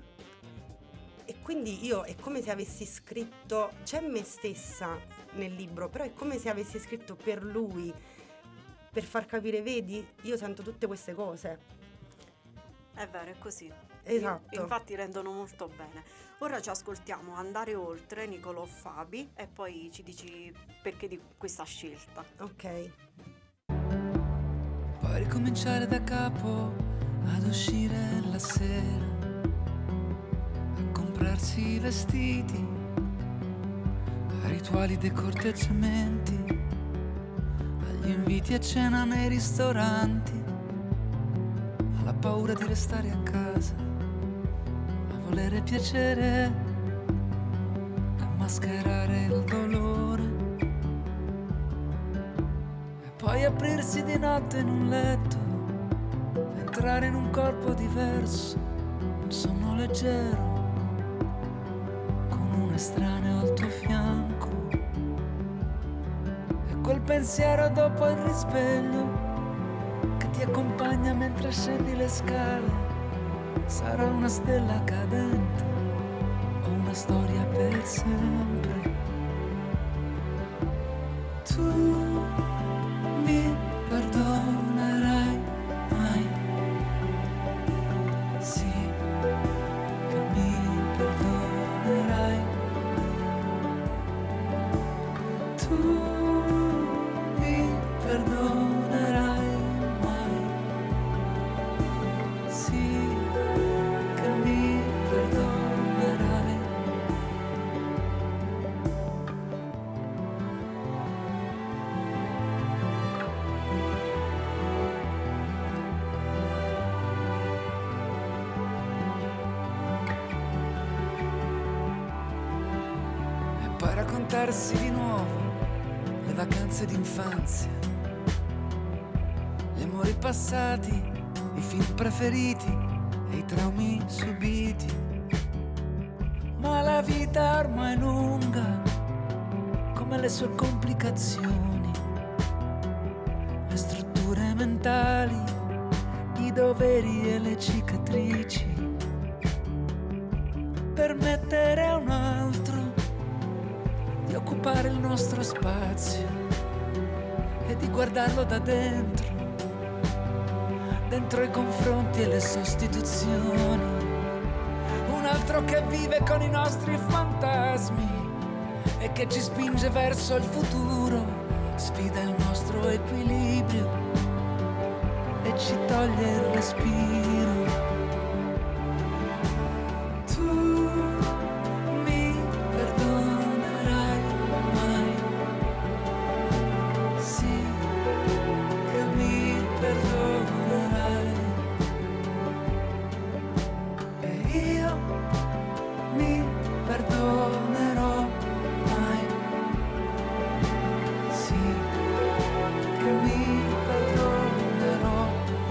Speaker 10: e quindi io è come se avessi scritto, c'è me stessa nel libro, però è come se avessi scritto per lui, per far capire, vedi, io sento tutte queste cose.
Speaker 2: È vero, è così.
Speaker 10: Esatto.
Speaker 2: Infatti rendono molto bene. Ora ci ascoltiamo Andare oltre, Nicolò Fabi, e poi ci dici perché di questa scelta.
Speaker 10: Ok.
Speaker 11: Poi ricominciare da capo ad uscire la sera, a comprarsi i vestiti, ai rituali dei corteggiamenti, agli inviti a cena nei ristoranti, alla paura di restare a casa, a volere piacere, a mascherare il dolore, e poi aprirsi di notte in un letto, entrare in un corpo diverso, un sonno leggero, con un estraneo al tuo fianco. E quel pensiero dopo il risveglio che ti accompagna mentre scendi le scale sarà una stella cadente o una storia per sempre. Tu mi perdonerai mai? Sì, che mi perdonerai. Tu mi perdonerai mai? Sì, che mi perdonerai. E poi raccontarsi di nuovo le vacanze d'infanzia, gli amori passati, i film preferiti e i traumi subiti. Ma la vita ormai è lunga come le sue complicazioni, le strutture mentali, i doveri e le cicatrici. Permettere a un altro di occupare il nostro spazio e di guardarlo da dentro, dentro i confronti e le sostituzioni. Un altro che vive con i nostri fantasmi e che ci spinge verso il futuro, sfida il nostro equilibrio e ci toglie il respiro. Tu mi perdonerai mai? Sì, che mi perdonerai. E io mi perdonerò mai? Sì, che mi perdonerò.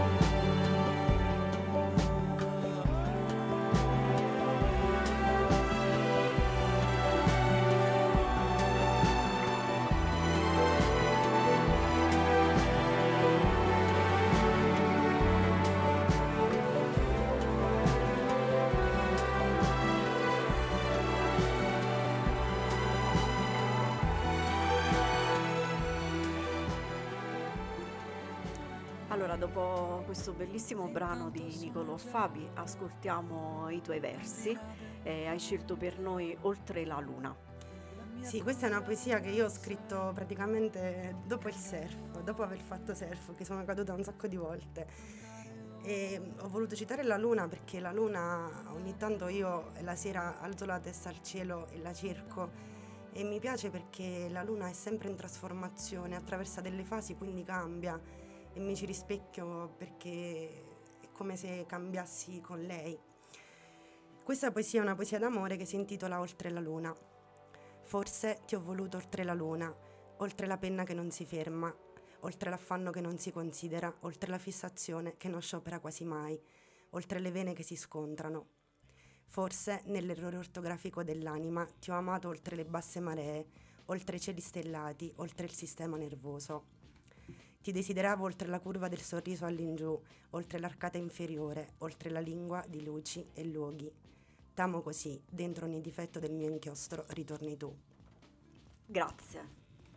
Speaker 2: Allora, dopo questo bellissimo brano di Nicolò Fabi, ascoltiamo i tuoi versi. Eh, hai scelto per noi Oltre la luna.
Speaker 10: Sì, questa è una poesia che io ho scritto praticamente dopo il surf, dopo aver fatto surf, che sono caduta un sacco di volte. E ho voluto citare la luna perché la luna ogni tanto io la sera alzo la testa al cielo e la cerco, e mi piace perché la luna è sempre in trasformazione, attraversa delle fasi, quindi cambia, e mi ci rispecchio perché è come se cambiassi con lei. Questa poesia è una poesia d'amore che si intitola Oltre la luna. Forse ti ho voluto oltre la luna, oltre la penna che non si ferma, oltre l'affanno che non si considera, oltre la fissazione che non sciopera quasi mai, oltre le vene che si scontrano. Forse nell'errore ortografico dell'anima ti ho amato oltre le basse maree, oltre i cieli stellati, oltre il sistema nervoso. Ti desideravo oltre la curva del sorriso all'ingiù, oltre l'arcata inferiore, oltre la lingua di luci e luoghi. T'amo così, dentro ogni difetto del mio inchiostro ritorni tu.
Speaker 2: Grazie.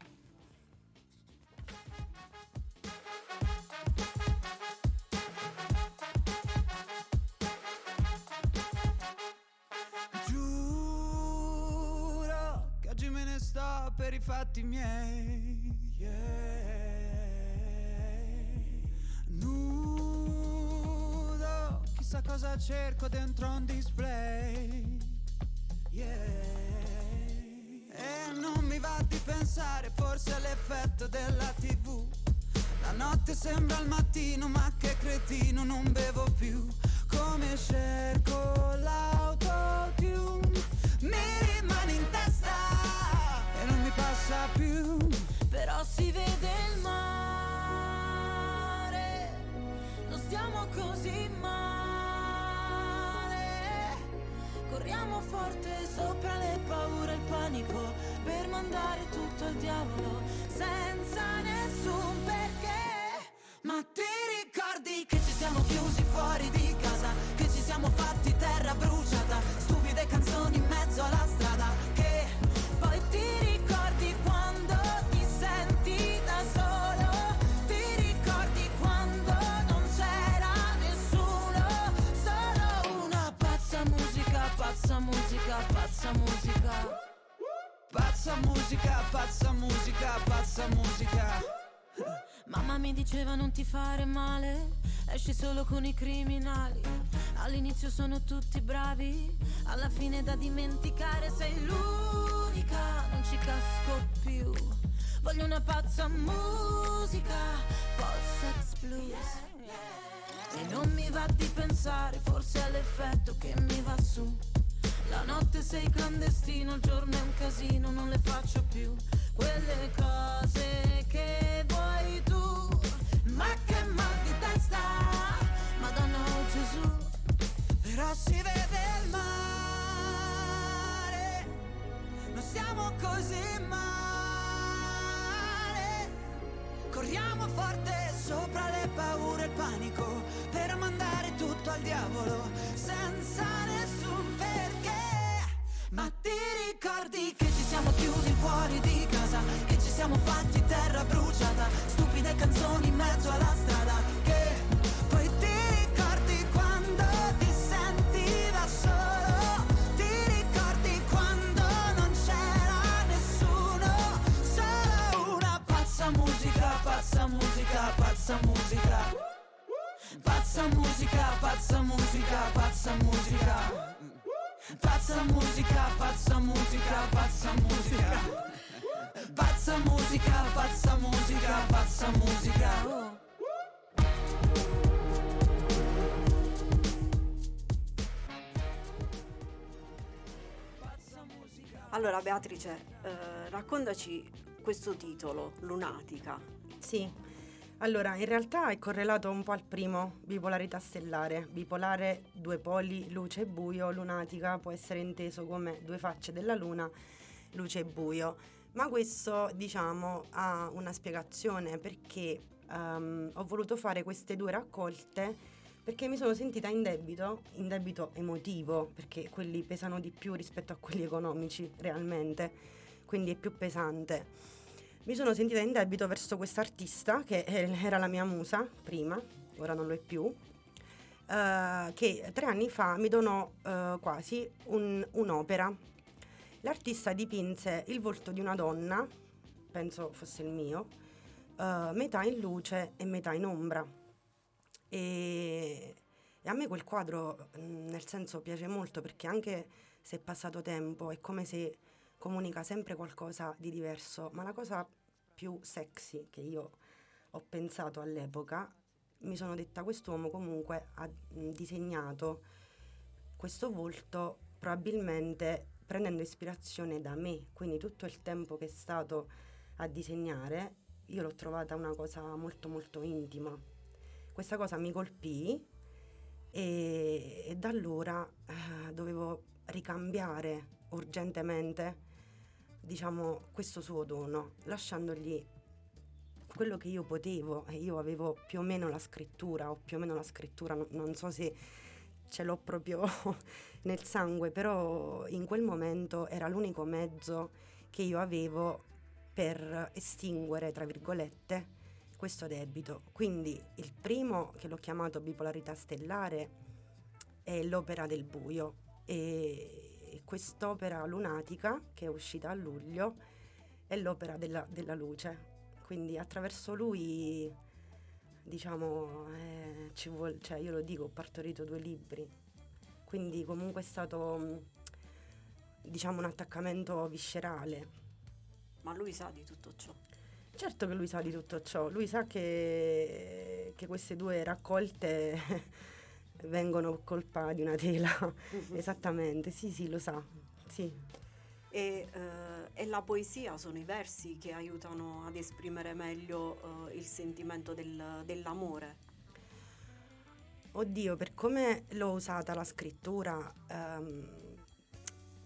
Speaker 12: Giuro che oggi me ne sto per i fatti miei. Yeah. Nudo, chissà cosa cerco dentro un display. Yeah. E non mi va di pensare, forse è l'effetto della tivù. La notte sembra il mattino, ma che cretino, non bevo più. Come cerco l'autotune, mi rimane in testa e non mi passa più.
Speaker 6: Però si vede il mare, non stiamo così male. corriamo forte sopra le paure e il panico, per mandare tutto al diavolo senza nessun perché. Ma ti ricordi che ci siamo chiusi fuori di casa, che ci siamo fatti terra bruciata, stupide canzoni in mezzo alla strada, che poi ti ricordi quando ti senti da solo, ti ricordi quando non c'era nessuno, solo una pazza musica, pazza musica, pazza musica,
Speaker 12: Pazza musica, pazza musica, pazza musica.
Speaker 6: Mamma mi diceva non ti fare male, esci solo con i criminali, all'inizio sono tutti bravi, alla fine da dimenticare sei l'unica, non ci casco più, voglio una pazza musica, post-sex blues. E non mi va di pensare, forse è l'effetto che mi va su, la notte sei clandestino, il giorno è un casino, non le faccio più quelle cose che vuoi tu. Ma che mal di testa, Madonna o Gesù,
Speaker 12: Però si vede il mare, non siamo così male. Corriamo forte sopra le paure e il panico, per mandare tutto al diavolo senza nessun perché. Ma ti ricordi che ci siamo chiusi fuori di casa, che ci siamo fatti terra bruciata, stupide canzoni in mezzo alla strada, che poi ti ricordi quando ti senti da solo, ti ricordi quando non c'era nessuno, solo una pazza musica, pazza musica, pazza musica, pazza musica, pazza musica, pazza musica. Pazza musica, pazza musica, pazza musica, pazza musica, pazza musica, pazza musica.
Speaker 2: Allora Beatrice, eh, raccontaci questo titolo, Lunatica.
Speaker 10: Sì. Allora, in realtà è correlato un po' al primo, bipolarità stellare. Bipolare, due poli, luce e buio. Lunatica può essere inteso come due facce della luna, luce e buio. Ma questo, diciamo, ha una spiegazione, perché um, ho voluto fare queste due raccolte perché mi sono sentita in debito, in debito emotivo, perché quelli pesano di più rispetto a quelli economici, realmente, quindi è più pesante. Mi sono sentita in debito verso quest'artista che era la mia musa prima, ora non lo è più, uh, che tre anni fa mi donò uh, quasi un, un'opera. L'artista dipinse il volto di una donna, penso fosse il mio, uh, metà in luce e metà in ombra. E, e a me quel quadro, nel senso, piace molto, perché anche se è passato tempo è come se comunica sempre qualcosa di diverso, ma la cosa più sexy che io ho pensato all'epoca, mi sono detta, quest'uomo comunque ha disegnato questo volto probabilmente prendendo ispirazione da me, quindi tutto il tempo che è stato a disegnare io l'ho trovata una cosa molto molto intima. Questa cosa mi colpì e, e da allora eh, dovevo ricambiare urgentemente, diciamo, questo suo dono, lasciandogli quello che io potevo, e io avevo più o meno la scrittura, o più o meno la scrittura, no, non so se ce l'ho proprio nel sangue, però in quel momento era l'unico mezzo che io avevo per estinguere, tra virgolette, questo debito. Quindi il primo, che l'ho chiamato Bipolarità stellare, è l'opera del buio, e quest'opera Lunatica, che è uscita a luglio, è l'opera della, della luce. Quindi attraverso lui, diciamo, eh, ci vuol, cioè io lo dico, ho partorito due libri, quindi comunque è stato, diciamo, un attaccamento viscerale.
Speaker 2: Ma lui sa di tutto ciò?
Speaker 10: Certo che lui sa di tutto ciò, lui sa che, che queste due raccolte vengono colpa di una tela. Esattamente, sì sì, lo sa, sì.
Speaker 2: E, eh, e la poesia, sono i versi che aiutano ad esprimere meglio eh, il sentimento del, dell'amore.
Speaker 10: Oddio, per come l'ho usata la scrittura, ehm,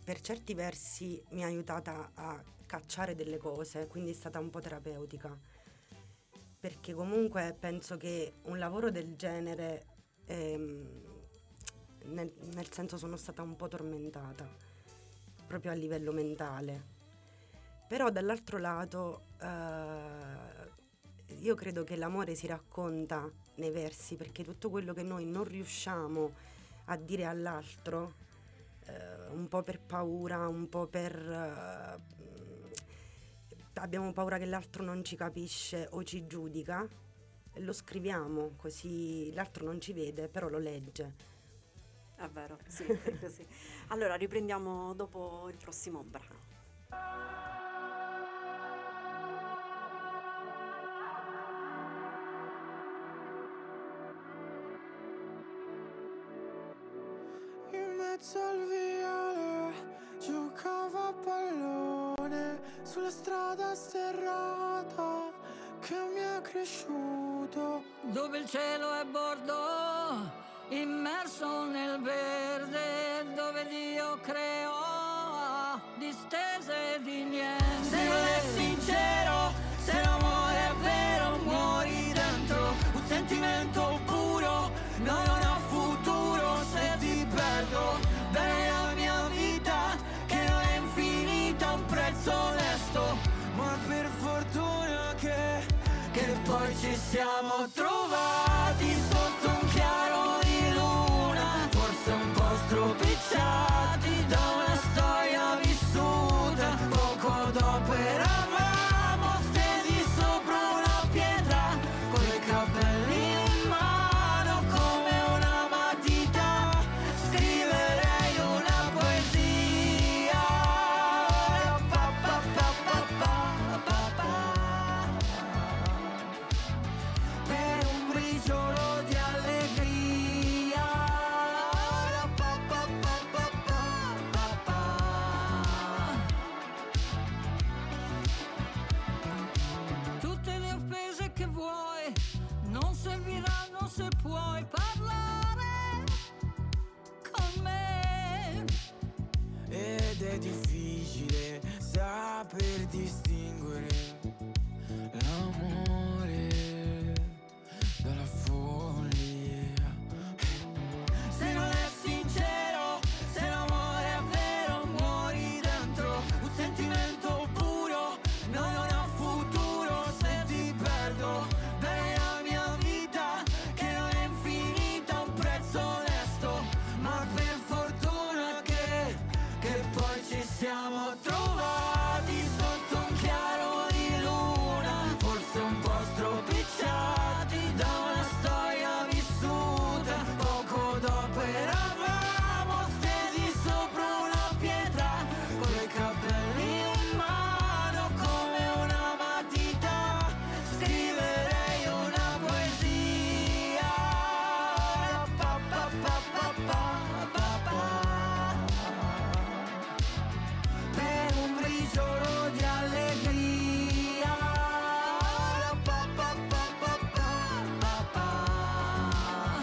Speaker 10: per certi versi mi ha aiutata a cacciare delle cose, quindi è stata un po' terapeutica, perché comunque penso che un lavoro del genere, ehm, nel, nel senso sono stata un po' tormentata, proprio a livello mentale, però dall'altro lato eh, io credo che l'amore si racconta nei versi, perché tutto quello che noi non riusciamo a dire all'altro, eh, un po' per paura, un po' per... Eh, abbiamo paura che l'altro non ci capisce o ci giudica, e lo scriviamo così l'altro non ci vede, però lo legge.
Speaker 2: È vero, sì, è così. Allora riprendiamo dopo il prossimo brano.
Speaker 12: In mezzo al viale giocavo a pallone sulla strada sterrata che mi è cresciuto,
Speaker 13: dove il cielo è bordo, immerso nel verde, dove Dio creò distese di niente. Se non è sincero, se l'amore è vero, muori dentro un sentimento puro, no, non ho futuro se ti perdo. Dai la mia vita che non è infinita, un prezzo onesto,
Speaker 12: ma per fortuna che,
Speaker 13: che poi ci siamo trovati sotto un chiaro di luna, forse un po' stropicciati da una storia vissuta. Poco dopo eravamo stesi sopra una pietra, con i capelli in mano come una matita. Scriverei una poesia, pa, pa, pa, pa, pa, pa, pa, per un briciolo di allegria, pa, pa, pa, pa, pa, pa, pa. Tutte le offese che vuoi non serviranno se puoi parlare con me.
Speaker 12: ed è difficile saper distinguere l'amore dalla follia.
Speaker 13: Se non è sincero, se l'amore è vero, muori dentro un sentimento puro, no, non ho futuro se ti perdo. Dai la mia vita che non è infinita, un prezzo onesto, ma per fortuna che, che poi ci siamo trovati sotto un chiaro di luna, forse un po' stropicciati da una storia vissuta. Poco dopo eravamo stesi sopra una pietra, con i capelli in mano come una matita. Scriverei una poesia, pa, pa, pa, pa, pa, pa, pa, per un briciolo di allegria, pa, pa, pa, pa, pa, pa, pa.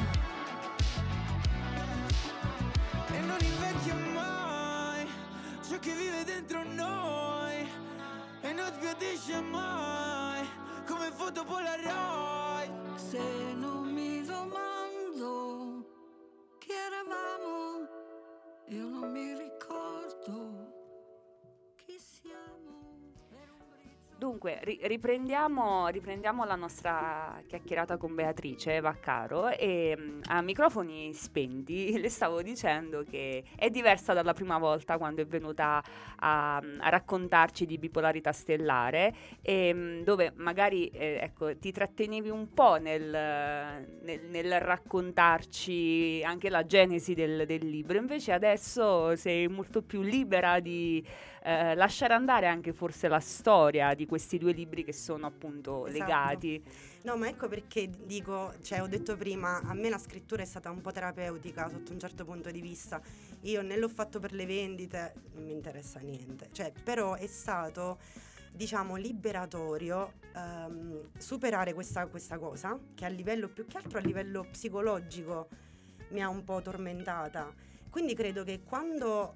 Speaker 12: E non invecchia mai ciò che vive dentro noi, e non sbiadisce mai come foto Polaroid.
Speaker 13: Se non mi domando chi eravamo, io non mi ricordo chi siamo.
Speaker 1: Dunque, ri- riprendiamo, riprendiamo la nostra chiacchierata con Beatrice Vaccaro e mh, a microfoni spenti le stavo dicendo che è diversa dalla prima volta quando è venuta a, a raccontarci di bipolarità stellare, e, mh, dove magari eh, ecco, ti trattenevi un po' nel, nel, nel raccontarci anche la genesi del, del libro, invece adesso sei molto più libera di eh, lasciare andare anche forse la storia di questi due libri che sono appunto
Speaker 10: Esatto.
Speaker 1: legati.
Speaker 10: No, ma ecco perché dico, cioè ho detto prima, a me la scrittura è stata un po' terapeutica sotto un certo punto di vista. Io né l'ho fatto per le vendite, non mi interessa niente. Cioè, però è stato, diciamo, liberatorio ehm, superare questa, questa cosa che a livello, più che altro a livello psicologico, mi ha un po' tormentata. Quindi credo che quando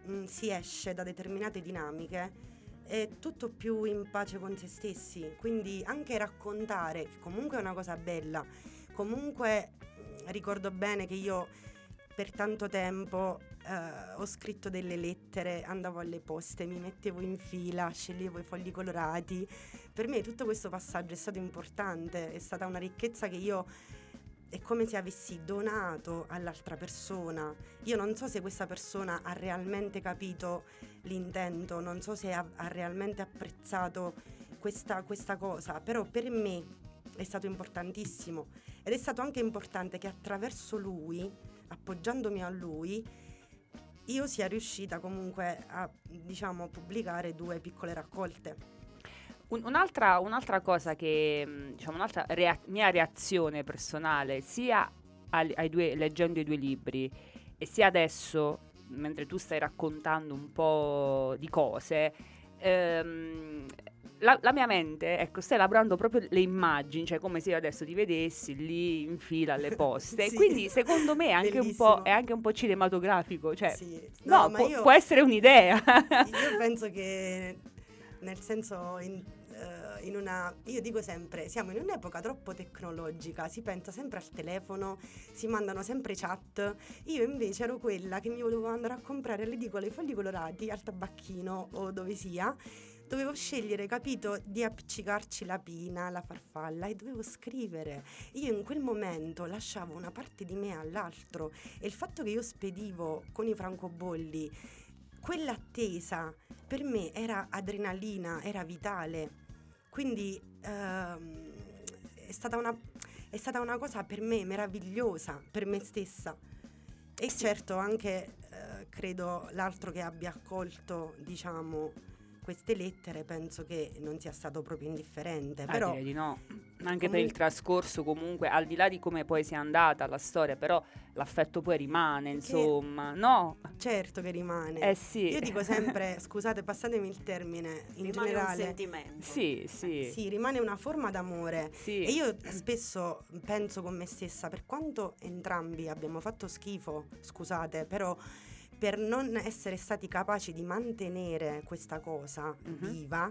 Speaker 10: mh, si esce da determinate dinamiche è tutto più in pace con se stessi, quindi anche raccontare, che comunque è una cosa bella. Comunque mh, ricordo bene che io per tanto tempo eh, ho scritto delle lettere, andavo alle poste, mi mettevo in fila, sceglievo i fogli colorati. Per me tutto questo passaggio è stato importante, è stata una ricchezza che io, è come se avessi donato all'altra persona. Io non so se questa persona ha realmente capito l'intento, non so se ha, ha realmente apprezzato questa, questa cosa, però per me è stato importantissimo, ed è stato anche importante che attraverso lui, appoggiandomi a lui, io sia riuscita comunque a, diciamo, pubblicare due piccole raccolte.
Speaker 1: Un- un'altra, un'altra cosa che, mh, diciamo, un'altra rea- mia reazione personale, sia al- ai due, leggendo i due libri, e sia adesso, mentre tu stai raccontando un po' di cose, ehm, la, la mia mente, ecco, sta elaborando proprio le immagini, cioè come se io adesso ti vedessi lì in fila alle poste.
Speaker 10: Sì.
Speaker 1: Quindi secondo me è anche, un po', è anche un po' cinematografico, cioè,
Speaker 10: Sì.
Speaker 1: no,
Speaker 10: No, ma
Speaker 1: può,
Speaker 10: io-
Speaker 1: può essere un'idea.
Speaker 10: Io penso che, nel senso, in, eh, in una, io dico sempre, siamo in un'epoca troppo tecnologica, si pensa sempre al telefono, si mandano sempre chat. Io invece ero quella che mi volevo andare a comprare all'edicola i fogli colorati al tabacchino o dove sia. Dovevo scegliere, capito, di appiccicarci la pina, la farfalla, e dovevo scrivere. Io in quel momento lasciavo una parte di me all'altro, e il fatto che io spedivo con i francobolli, quell'attesa per me era adrenalina, era vitale. Quindi ehm, è stata una, è stata una cosa per me meravigliosa, per me stessa. E certo anche eh, credo l'altro che abbia accolto, diciamo, queste lettere, penso che non sia stato proprio indifferente.
Speaker 1: Ah,
Speaker 10: però
Speaker 1: direi di no, anche
Speaker 10: comunque-
Speaker 1: per il trascorso, comunque, al di là di come poi sia andata la storia, però l'affetto poi rimane, insomma, no?
Speaker 10: Certo che rimane.
Speaker 1: Eh sì.
Speaker 10: Io dico sempre, scusate, passatemi il termine, in
Speaker 2: Rimane un
Speaker 10: generale,
Speaker 2: sentimento.
Speaker 1: Sì, sì.
Speaker 10: sì, rimane una forma d'amore.
Speaker 1: Sì.
Speaker 10: E io spesso penso con me stessa, per quanto entrambi abbiamo fatto schifo, scusate, però per non essere stati capaci di mantenere questa cosa
Speaker 1: Mhm.
Speaker 10: viva,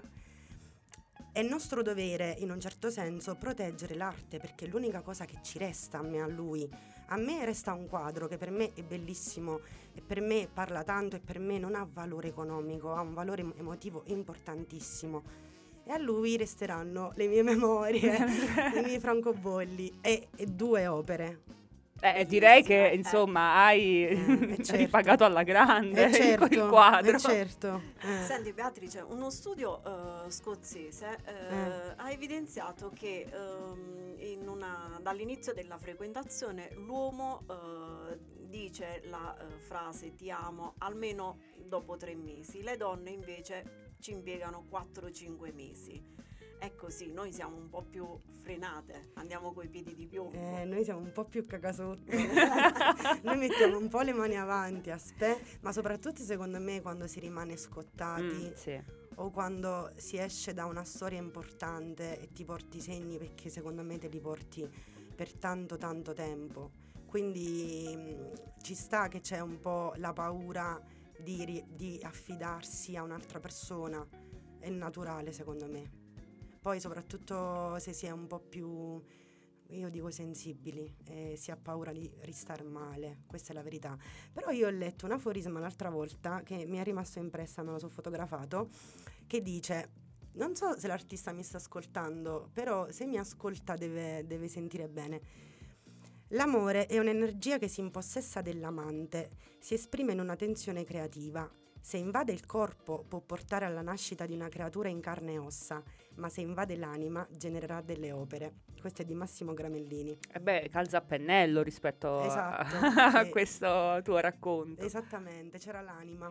Speaker 10: è nostro dovere, in un certo senso, proteggere l'arte, perché è l'unica cosa che ci resta, a me e a lui. A me resta un quadro che per me è bellissimo, e per me parla tanto, e per me non ha valore economico, ha un valore em- emotivo importantissimo. E a lui resteranno le mie memorie, i miei francobolli e, e due opere.
Speaker 1: Eh, direi che, insomma, hai
Speaker 10: Eh, certo.
Speaker 1: ripagato alla grande
Speaker 10: Eh, certo,
Speaker 1: con il quadro.
Speaker 10: eh, certo. Eh.
Speaker 2: Senti Beatrice, uno studio eh, scozzese eh,
Speaker 10: Eh.
Speaker 2: ha evidenziato che ehm, in una, dall'inizio della frequentazione l'uomo eh, dice la eh, frase ti amo almeno dopo tre mesi, le donne invece ci impiegano quattro cinque mesi. È così, noi siamo un po' più frenate, andiamo coi piedi di piombo.
Speaker 10: Eh, noi siamo un po' più cagasotto. Noi mettiamo un po' le mani avanti, aspe- ma soprattutto secondo me quando si rimane scottati,
Speaker 1: Mm, sì.
Speaker 10: o quando si esce da una storia importante e ti porti i segni, perché secondo me te li porti per tanto tanto tempo. Quindi mh, ci sta che c'è un po' la paura di, ri- di affidarsi a un'altra persona, è naturale secondo me. Poi soprattutto se si è un po' più, io dico, sensibili, e si ha paura di ristar male, questa è la verità. Però io ho letto un aforisma l'altra volta che mi è rimasto impressa, me lo sono fotografato, che dice, non so se l'artista mi sta ascoltando, però se mi ascolta deve, deve sentire bene. L'amore è un'energia che si impossessa dell'amante, si esprime in una tensione creativa. Se invade il corpo può portare alla nascita di una creatura in carne e ossa, ma se invade l'anima genererà delle opere. Questo è di Massimo Gramellini.
Speaker 1: E beh, calza a pennello rispetto a-
Speaker 10: Esatto,
Speaker 1: a
Speaker 10: sì.
Speaker 1: questo tuo racconto.
Speaker 10: Esattamente, c'era l'anima.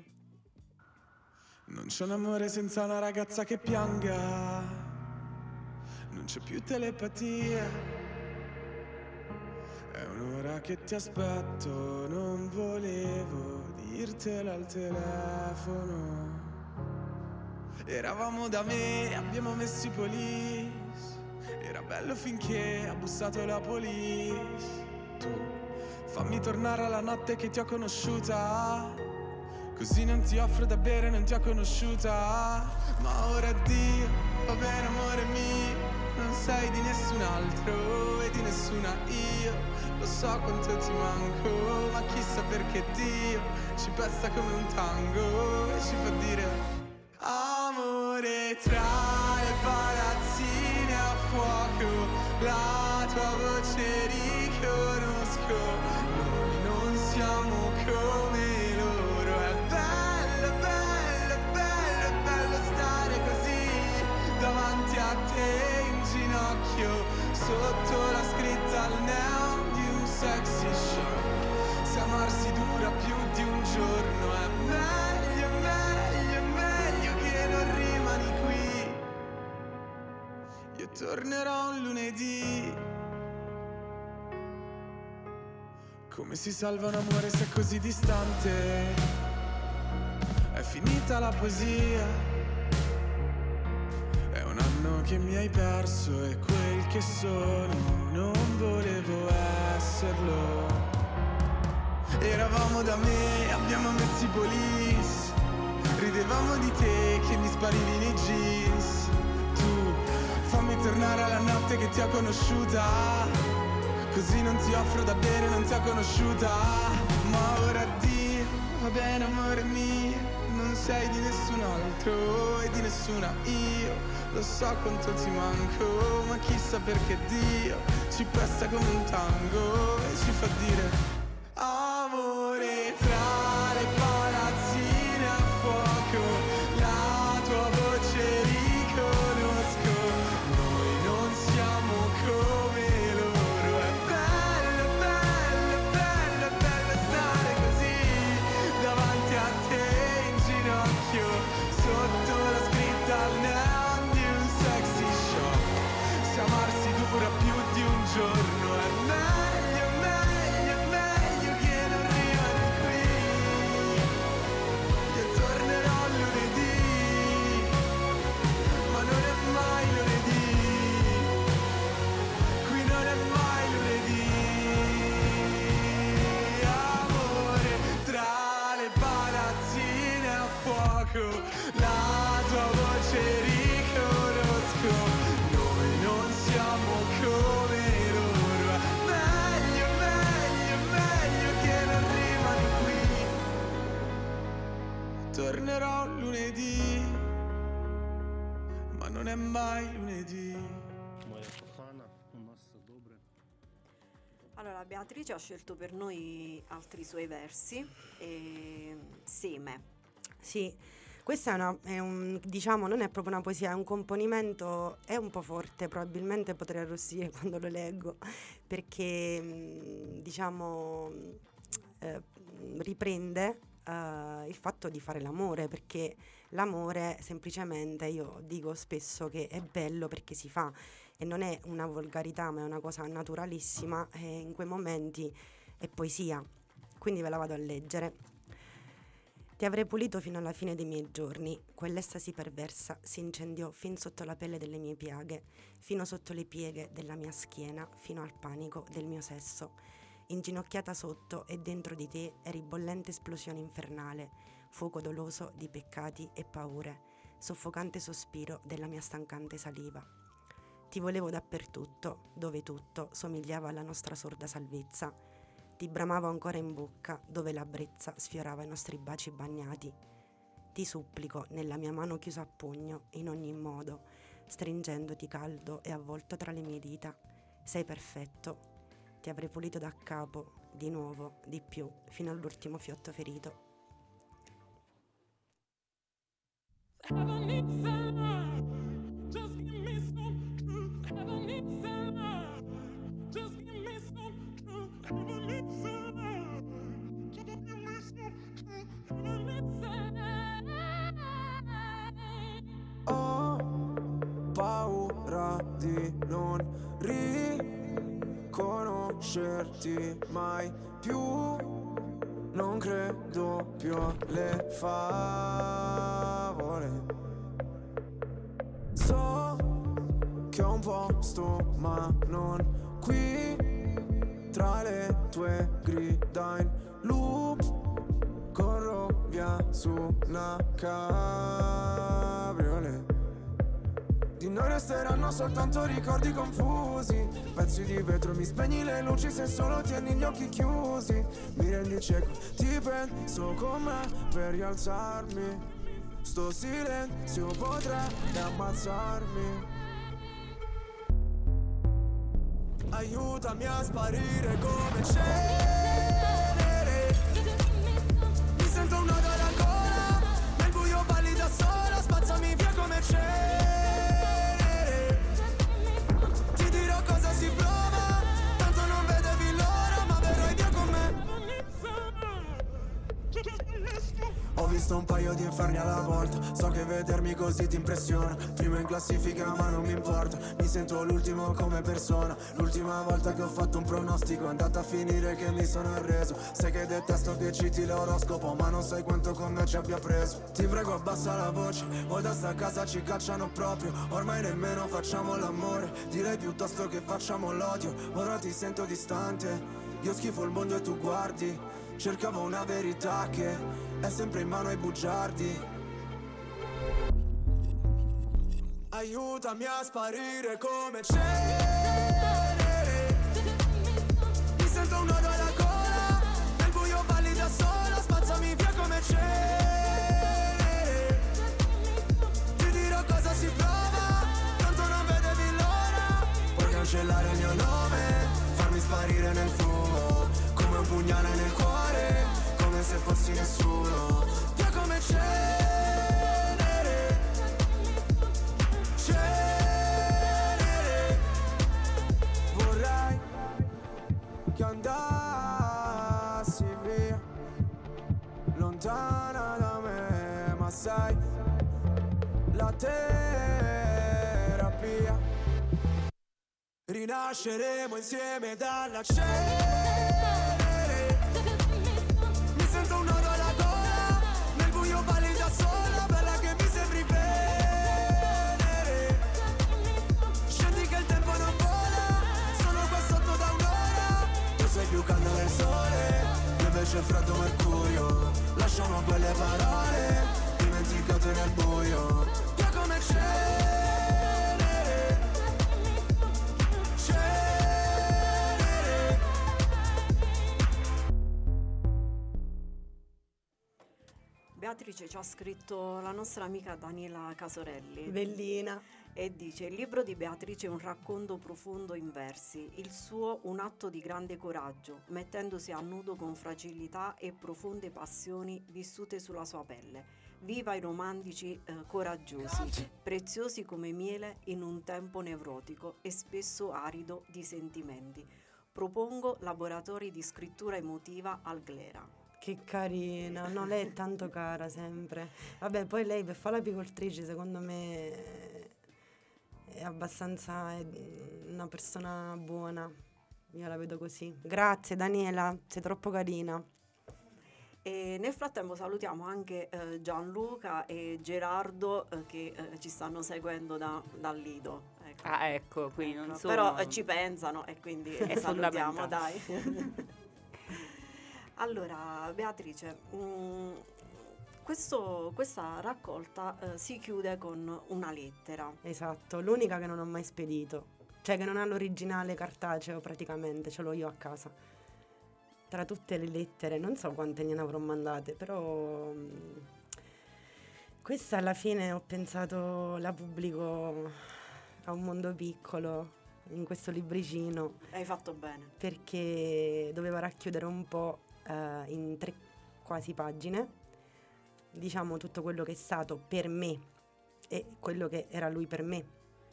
Speaker 9: Non c'è un amore senza una ragazza che pianga, non c'è più telepatia. È un'ora che ti aspetto, non volevo dirtelo al telefono. Eravamo da me, abbiamo messo i police. Era bello finché ha bussato la police. Tu fammi tornare alla notte che ti ho conosciuta, Così non ti offro da bere, non ti ho conosciuta. Ma ora addio, va bene amore mio. Non sei di nessun altro e di nessuna io. Lo so quanto ti manco, ma chissà perché Dio ci pesta come un tango e ci fa dire amore tra le palazzine a fuoco. La tua voce riconosco. Noi non siamo come loro. È bello, bello, bello, bello stare così davanti a te in ginocchio, sotto la scritta al neon di un sexy show. Se amarsi dura più di un giorno è meglio, meglio, meglio che non rimani qui. Io tornerò un lunedì. Come si salva un amore se è così distante? È finita la poesia. È un anno che mi hai perso e quel che sono non volevo esserlo. Eravamo da me, abbiamo messo i police. Ridevamo di te che mi sparivi nei jeans. Tu, fammi tornare alla notte che ti ho conosciuta. Così non ti offro da bere, non ti ho conosciuta. Ma ora addio, va bene amore mio. Non sei di nessun altro e di nessuna io. Lo so quanto ti manco, ma chissà perché Dio ci pesta come un tango e ci fa dire amore tra le palazzine a fuoco. La tua voce riconosco. Noi non siamo come loro. È bello, bello, bello, bello stare così davanti a te in ginocchio, sotto la scritta al neon di un sexy show. Se amarsi dura più di un giorno è meglio, meglio, meglio che non rimani qui. Io tornerò lunedì, ma non è mai lunedì. Qui non è mai lunedì. Amore tra le palazzine a fuoco. La tua voce riconosco. Noi non siamo come loro. È meglio, meglio, meglio che non rimani qui. Tornerò lunedì, ma non è mai lunedì.
Speaker 2: Allora, Beatrice ha scelto per noi altri suoi versi. E... Seme.
Speaker 10: Sì, questa è una, è un, diciamo, non è proprio una poesia, è un componimento, è un po' forte, probabilmente potrei arrossire quando lo leggo, perché mh, diciamo eh, riprende eh, il fatto di fare l'amore, perché l'amore semplicemente, io dico spesso che è bello perché si fa e non è una volgarità ma è una cosa naturalissima, e in quei momenti è poesia, quindi ve la vado a leggere. Ti avrei pulito fino alla fine dei miei giorni, quell'estasi perversa si incendiò fin sotto la pelle delle mie piaghe, fino sotto le pieghe della mia schiena, fino al panico del mio sesso. Inginocchiata sotto e dentro di te eri bollente esplosione infernale, fuoco doloso di peccati e paure, soffocante sospiro della mia stancante saliva. Ti volevo dappertutto, dove tutto somigliava alla nostra sorda salvezza. Ti bramavo ancora in bocca, dove la brezza sfiorava i nostri baci bagnati. Ti supplico, nella mia mano chiusa a pugno, in ogni modo, stringendoti caldo e avvolto tra le mie dita. Sei perfetto. Ti avrei pulito da capo, di nuovo, di più, fino all'ultimo fiotto ferito.
Speaker 9: Ho paura di non riconoscerti mai più. Non credo più alle favole. So che ho un posto ma non qui, tra le tue grida in loop. corro via su una cabriolet. Di noi resteranno soltanto ricordi confusi, pezzi di vetro, mi spegni le luci se solo tieni gli occhi chiusi. Mi rendi cieco, ti penso come per rialzarmi. Sto silenzio potrebbe ammazzarmi. Aiutami a sparire come cenere. Mi sento un nodo alla gola, nel buio balli da sola, spazzami via come cenere. Ti dirò cosa si prova, tanto non vedevi l'ora, ma verrai via con me. Ho visto un paio di inferni alla volta, so che vedermi così ti impressiona. Primo in classifica ma non mi importa, mi sento l'ultimo come persona. L'ultima volta che ho fatto un pronostico è andata a finire che mi sono arreso. Sai che detesto che citi l'oroscopo, ma non sai quanto con me ci abbia preso. Ti prego abbassa la voce, o da sta casa ci cacciano proprio. Ormai nemmeno facciamo l'amore, direi piuttosto che facciamo l'odio. Ora ti sento distante, io schifo il mondo e tu guardi. Cercavo una verità che è sempre in mano ai bugiardi. Aiutami a sparire come cenere. Mi sento un nodo alla gola, nel buio balli da sola, spazzami via come cenere. Ti dirò cosa si prova, tanto non vedevi l'ora. Puoi cancellare il mio nome, farmi sparire nel fumo, come un pugnale nel cuore, come se fossi nessuno. Via come cenere, cenere. Vorrei che andassi via, lontana da me, ma sai, la terapia. Rinasceremo insieme dalla cenere. Mi sento un nodo alla gola, nel buio balli da sola, bella che mi sembri venere. Scendi che il tempo non vola, sono qua sotto da un'ora. Tu sei più caldo del sole, io invece freddo mercurio. Lasciamo quelle parole dimenticate nel buio. Via come cenere.
Speaker 2: Beatrice ci ha scritto la nostra amica Daniela Casorelli.
Speaker 10: Bellina.
Speaker 2: E dice: il libro di Beatrice è un racconto profondo in versi, il suo un atto di grande coraggio, mettendosi a nudo con fragilità e profonde passioni vissute sulla sua pelle. Viva i romantici eh, coraggiosi, preziosi come miele in un tempo nevrotico e spesso arido di sentimenti. Propongo laboratori di scrittura emotiva al Glera.
Speaker 10: Che carina, no, lei è tanto cara sempre. Vabbè, poi lei per fare la picoltrice secondo me è abbastanza è una persona buona. Io la vedo così. Grazie Daniela, sei troppo carina.
Speaker 2: E nel frattempo salutiamo anche eh, Gianluca e Gerardo eh, che eh, ci stanno seguendo da, dal Lido. Ecco.
Speaker 1: Ah, ecco, qui non
Speaker 2: Ecco,
Speaker 1: sono...
Speaker 2: Però eh, ci pensano e quindi
Speaker 1: È
Speaker 2: salutiamo,
Speaker 1: fondamentale.
Speaker 2: dai. Allora, Beatrice, mh, questo, questa raccolta eh, si chiude con una lettera.
Speaker 10: Esatto, l'unica che non ho mai spedito. Cioè che non ha l'originale cartaceo praticamente, ce l'ho io a casa. Tra tutte le lettere, non so quante ne avrò mandate, però mh, questa alla fine ho pensato la pubblico a un mondo piccolo, in questo libricino.
Speaker 2: Hai fatto bene.
Speaker 10: Perché doveva racchiudere un po' eh, in tre quasi pagine, diciamo tutto quello che è stato per me e quello che era lui per me.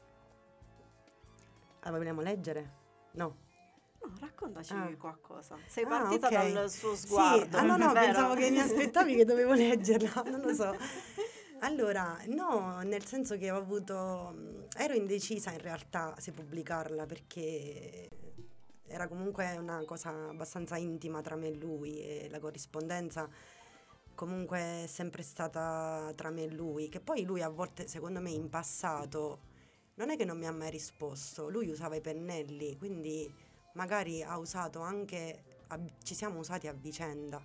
Speaker 10: La vogliamo leggere? No.
Speaker 2: No, raccontaci
Speaker 10: Ah.
Speaker 2: qualcosa. Sei
Speaker 10: Ah,
Speaker 2: partita
Speaker 10: ok.
Speaker 2: dal suo
Speaker 10: Sì,
Speaker 2: sguardo.
Speaker 10: ah no no,
Speaker 2: vero?
Speaker 10: pensavo che mi aspettavi che dovevo leggerla, non lo so. Allora, no, nel senso che ho avuto, ero indecisa in realtà se pubblicarla perché era comunque una cosa abbastanza intima tra me e lui e la corrispondenza comunque è sempre stata tra me e lui, che poi lui a volte secondo me in passato non è che non mi ha mai risposto, lui usava i pennelli, quindi magari ha usato anche, a- ci siamo usati a vicenda.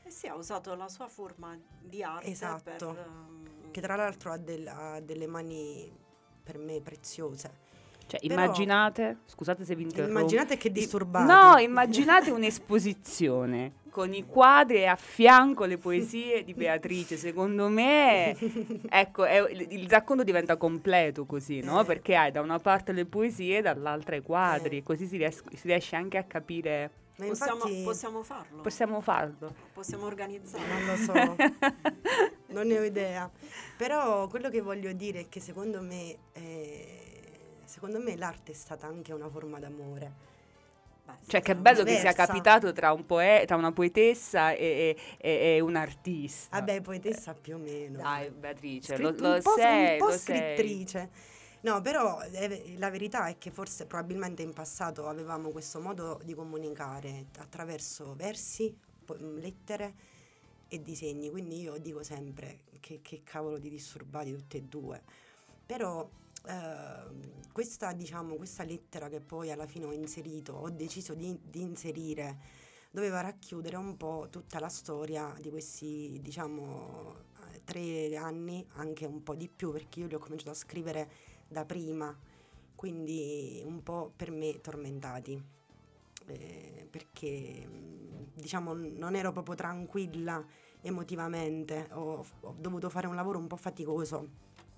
Speaker 2: Eh sì, ha usato la sua forma di arte
Speaker 10: Esatto,
Speaker 2: per, ehm,
Speaker 10: che tra l'altro ha, del- ha delle mani per me preziose.
Speaker 1: Cioè,
Speaker 10: Però-
Speaker 1: immaginate, scusate se vi interrompo.
Speaker 10: Immaginate che
Speaker 1: I-
Speaker 10: disturbati.
Speaker 1: No, immaginate un'esposizione con i quadri e a fianco le poesie di Beatrice. Secondo me, ecco, è- il, il racconto diventa completo così, no?
Speaker 10: Eh.
Speaker 1: Perché hai da una parte le poesie, dall'altra i quadri, così si, ries- si riesce anche a capire.
Speaker 10: Ma
Speaker 2: possiamo,
Speaker 10: infatti
Speaker 2: possiamo farlo,
Speaker 1: Possiamo farlo.
Speaker 2: possiamo organizzarlo.
Speaker 10: non lo so, non ne ho idea. Però quello che voglio dire è che secondo me, eh, secondo me l'arte è stata anche una forma d'amore.
Speaker 2: Beh,
Speaker 1: Cioè, che
Speaker 2: sì,
Speaker 1: bello che sia
Speaker 10: diversa.
Speaker 1: capitato tra, un poe- tra una poetessa e, e- e- e un artista.
Speaker 10: Vabbè, poetessa più o meno.
Speaker 1: Dai, Beatrice,
Speaker 10: Scritt-
Speaker 1: lo, lo
Speaker 10: un po',
Speaker 1: sei,
Speaker 10: un po'
Speaker 1: lo sei.
Speaker 10: scrittrice. No, però eh, la verità è che forse probabilmente in passato avevamo questo modo di comunicare attraverso versi, po- lettere e disegni, quindi io dico sempre che, che cavolo di disturbati tutti e due. Però eh, questa, diciamo, questa lettera che poi alla fine ho inserito, ho deciso di, di inserire, doveva racchiudere un po' tutta la storia di questi, diciamo, eh, tre anni, anche un po' di più, perché io li ho cominciato a scrivere da prima, quindi un po' per me tormentati, eh, perché mh, diciamo non ero proprio tranquilla emotivamente, ho, ho dovuto fare un lavoro un po' faticoso,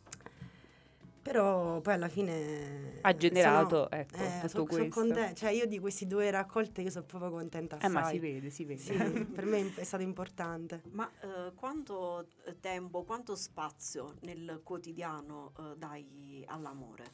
Speaker 10: però poi alla fine
Speaker 1: Ha generato,
Speaker 10: sono-
Speaker 1: ecco,
Speaker 10: eh,
Speaker 1: tutto
Speaker 10: so- so
Speaker 1: questo.
Speaker 10: conte- cioè io di questi due raccolte io sono proprio contenta
Speaker 1: Eh, ma
Speaker 10: assai.
Speaker 1: si vede, si vede.
Speaker 10: Sì, per me è stato importante.
Speaker 2: Ma eh, quanto eh, tempo, quanto spazio nel quotidiano eh, dai all'amore?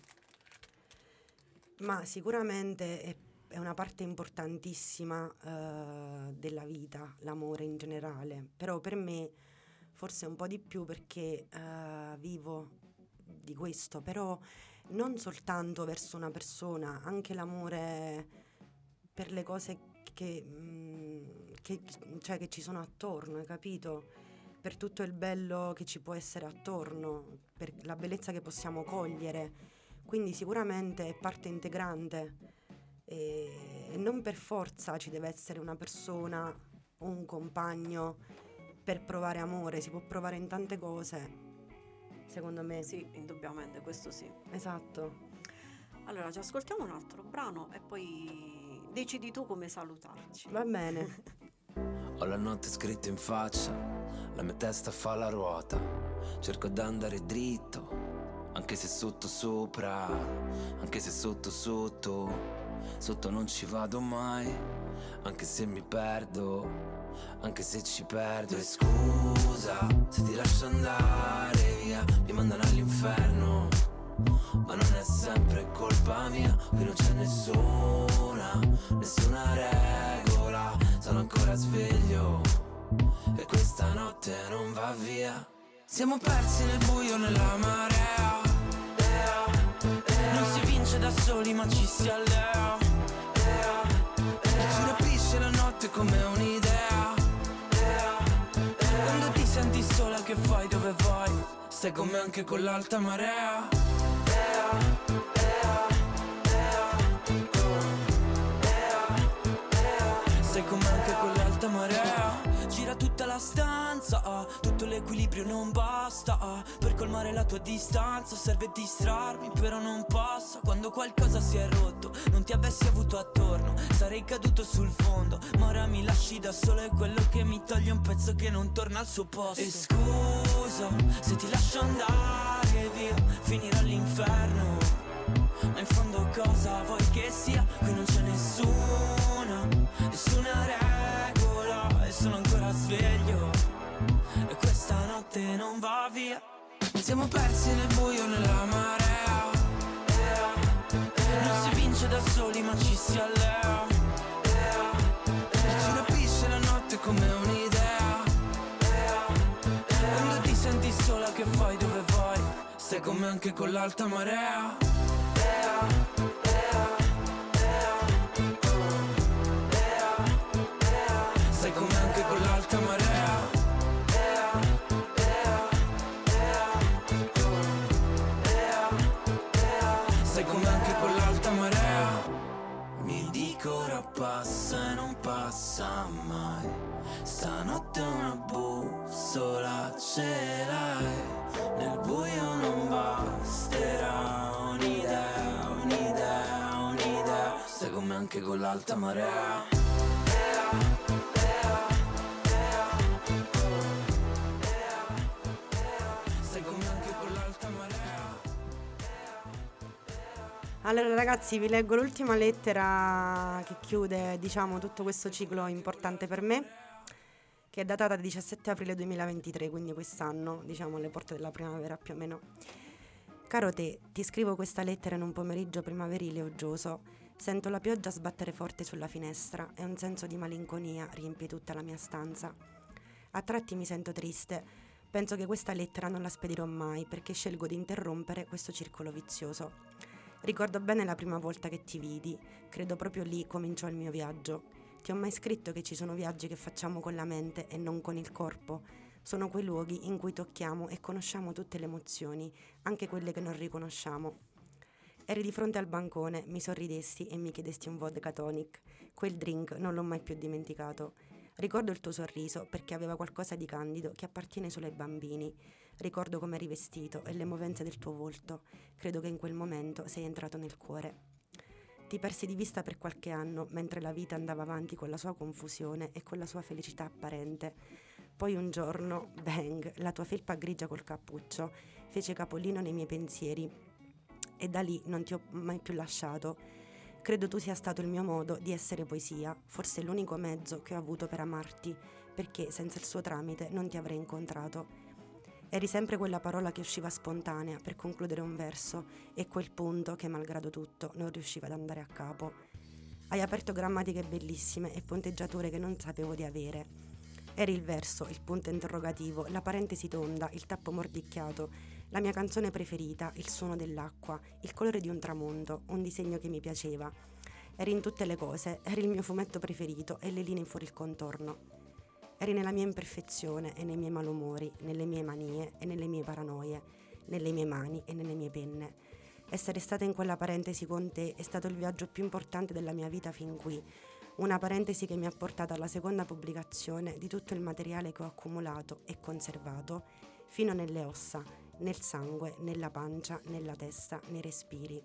Speaker 10: Ma sicuramente è, è una parte importantissima eh, della vita, l'amore in generale, però per me forse un po' di più perché eh, vivo di questo, però non soltanto verso una persona, anche l'amore per le cose che, mh, che, cioè, che ci sono attorno, hai capito? Per tutto il bello che ci può essere attorno, per la bellezza che possiamo cogliere. Quindi sicuramente è parte integrante e, e non per forza ci deve essere una persona o un compagno per provare amore, si può provare in tante cose, secondo me.
Speaker 2: Sì, indubbiamente, questo sì.
Speaker 10: Esatto.
Speaker 2: Allora, ci ascoltiamo un altro brano e poi decidi tu come salutarci.
Speaker 10: Va bene.
Speaker 9: Ho la notte scritta in faccia, la mia testa fa la ruota, cerco d'andare dritto, anche se sotto sopra, anche se sotto sotto, sotto non ci vado mai, anche se mi perdo, anche se ci perdo. E scusa se ti lascio andare via, mi mandano all'inferno, ma non è sempre colpa mia, qui non c'è nessuna, nessuna regola, sono ancora sveglio e questa notte non va via. Siamo persi nel buio, nella marea, non si vince da soli ma ci si allea, ci rapisce la notte come un'idea, quando ti senti sola che fai, dove vai? Stai con me anche con l'alta marea. Stai con me anche con l'alta marea. Gira tutta la stanza, ah, tutto l'equilibrio non basta, ah, per colmare la tua distanza serve distrarmi, però non passa. Quando qualcosa si è rotto, non ti avessi avuto attorno, sarei caduto sul fondo, ma ora mi lasci da solo, è quello che mi toglie un pezzo che non torna al suo posto. E scusa se ti lascio andare via, finirò all'inferno, ma in fondo cosa vuoi che sia? Qui non c'è nessuna, nessuna regola e sono ancora sveglio e questa notte non va via. Siamo persi nel buio, nella marea, non si vince da soli ma ci si allea, ci rapisce la notte come un'idea, quando ti senti sola che fai, dove vai? Stai con me anche con l'alta marea. Stai con me anche con l'alta marea. Stai con me anche con l'alta marea. Mi dico ora passa e non passa, passa mai. Stanotte una bussola ce l'hai, nel buio non basterà un'idea, un'idea, un'idea. Stai con me anche con l'alta marea.
Speaker 10: Allora ragazzi, vi leggo l'ultima lettera che chiude, diciamo, tutto questo ciclo importante per me, che è datata diciassette aprile duemilaventitré, quindi quest'anno, diciamo alle porte della primavera più o meno. Caro te, ti scrivo questa lettera in un pomeriggio primaverile uggioso. Sento la pioggia sbattere forte sulla finestra e un senso di malinconia riempie tutta la mia stanza. A tratti mi sento triste. Penso che questa lettera non la spedirò mai perché scelgo di interrompere questo circolo vizioso. Ricordo bene la prima volta che ti vidi, credo proprio lì cominciò il mio viaggio. Ti ho mai scritto che ci sono viaggi che facciamo con la mente e non con il corpo? Sono quei luoghi in cui tocchiamo e conosciamo tutte le emozioni, anche quelle che non riconosciamo. Eri di fronte al bancone, mi sorridesti e mi chiedesti un vodka tonic. Quel drink non l'ho mai più dimenticato. Ricordo il tuo sorriso perché aveva qualcosa di candido che appartiene solo ai bambini. Ricordo come eri vestito e le movenze del tuo volto. Credo che in quel momento sei entrato nel cuore. Ti persi di vista per qualche anno mentre la vita andava avanti con la sua confusione e con la sua felicità apparente. Poi un giorno, bang, la tua felpa grigia col cappuccio fece capolino nei miei pensieri e da lì non ti ho mai più lasciato. Credo tu sia stato il mio modo di essere poesia, forse l'unico mezzo che ho avuto per amarti, perché senza il suo tramite non ti avrei incontrato. Eri sempre quella parola che usciva spontanea per concludere un verso e quel punto che, malgrado tutto, non riusciva ad andare a capo. Hai aperto grammatiche bellissime e punteggiature che non sapevo di avere. Eri il verso, il punto interrogativo, la parentesi tonda, il tappo mordicchiato, la mia canzone preferita, il suono dell'acqua, il colore di un tramonto, un disegno che mi piaceva. Eri in tutte le cose, eri il mio fumetto preferito e le linee fuori il contorno. Eri nella mia imperfezione e nei miei malumori, nelle mie manie e nelle mie paranoie, nelle mie mani e nelle mie penne. Essere stata in quella parentesi con te è stato il viaggio più importante della mia vita fin qui. Una parentesi che mi ha portato alla seconda pubblicazione di tutto il materiale che ho accumulato e conservato fino nelle ossa, nel sangue, nella pancia, nella testa, nei respiri.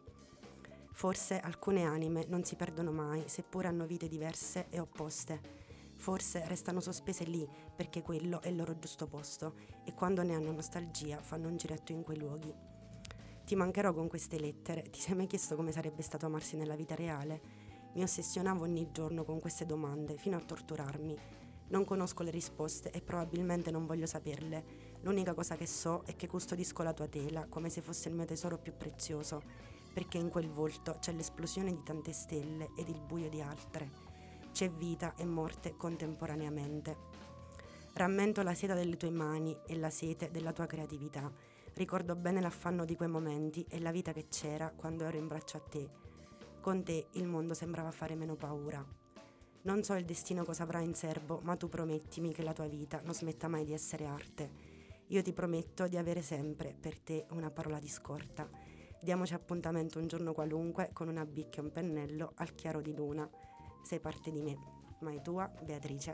Speaker 10: Forse alcune anime non si perdono mai, seppure hanno vite diverse e opposte. Forse restano sospese lì perché quello è il loro giusto posto e quando ne hanno nostalgia fanno un giretto in quei luoghi. Ti mancherò con queste lettere. Ti sei mai chiesto come sarebbe stato amarsi nella vita reale? Mi ossessionavo ogni giorno con queste domande fino a torturarmi. Non conosco le risposte e probabilmente non voglio saperle. L'unica cosa che so è che custodisco la tua tela come se fosse il mio tesoro più prezioso, perché in quel volto c'è l'esplosione di tante stelle ed il buio di altre. C'è vita e morte contemporaneamente. Rammento la seta delle tue mani e la sete della tua creatività. Ricordo bene l'affanno di quei momenti e la vita che c'era quando ero in braccio a te. Con te il mondo sembrava fare meno paura. Non so il destino cosa avrà in serbo, ma tu promettimi che la tua vita non smetta mai di essere arte. Io ti prometto di avere sempre per te una parola di scorta. Diamoci appuntamento un giorno qualunque con una bicchia e un pennello al chiaro di luna. Sei parte di me, mai tua Beatrice.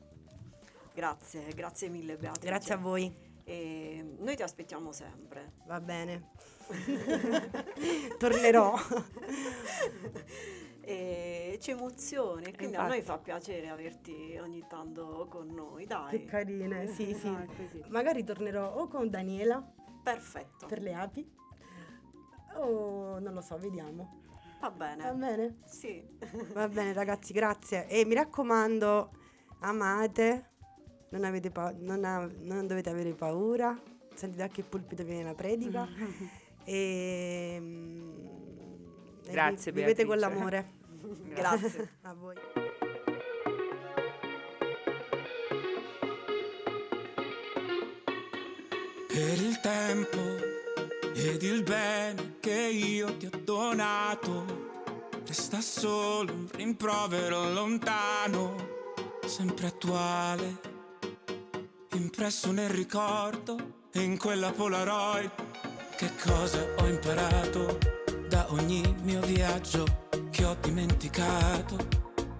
Speaker 2: Grazie, grazie mille Beatrice.
Speaker 10: Grazie a voi.
Speaker 2: E noi ti aspettiamo sempre.
Speaker 10: Va bene. Tornerò.
Speaker 2: E ci emozioni, quindi
Speaker 10: Infatti.
Speaker 2: a noi fa piacere averti ogni tanto con noi, dai.
Speaker 10: Che carine, sì, sì.
Speaker 2: Dai, così.
Speaker 10: Magari tornerò o con Daniela.
Speaker 2: Perfetto.
Speaker 10: Per le api. O non lo so, vediamo.
Speaker 2: Va bene.
Speaker 10: Va bene?
Speaker 2: Sì.
Speaker 10: Va bene ragazzi, grazie. E mi raccomando, amate, non, avete pa- non, ha- non dovete avere paura, sentite a che pulpito viene la predica. e, e
Speaker 1: Grazie
Speaker 10: vi- vivete
Speaker 1: Beatrice.
Speaker 10: con l'amore.
Speaker 2: Grazie.
Speaker 10: A voi.
Speaker 9: Per il tempo ed il bene che io ti ho donato, resta solo un rimprovero lontano, sempre attuale, impresso nel ricordo e in quella Polaroid. Che cosa ho imparato da ogni mio viaggio che ho dimenticato?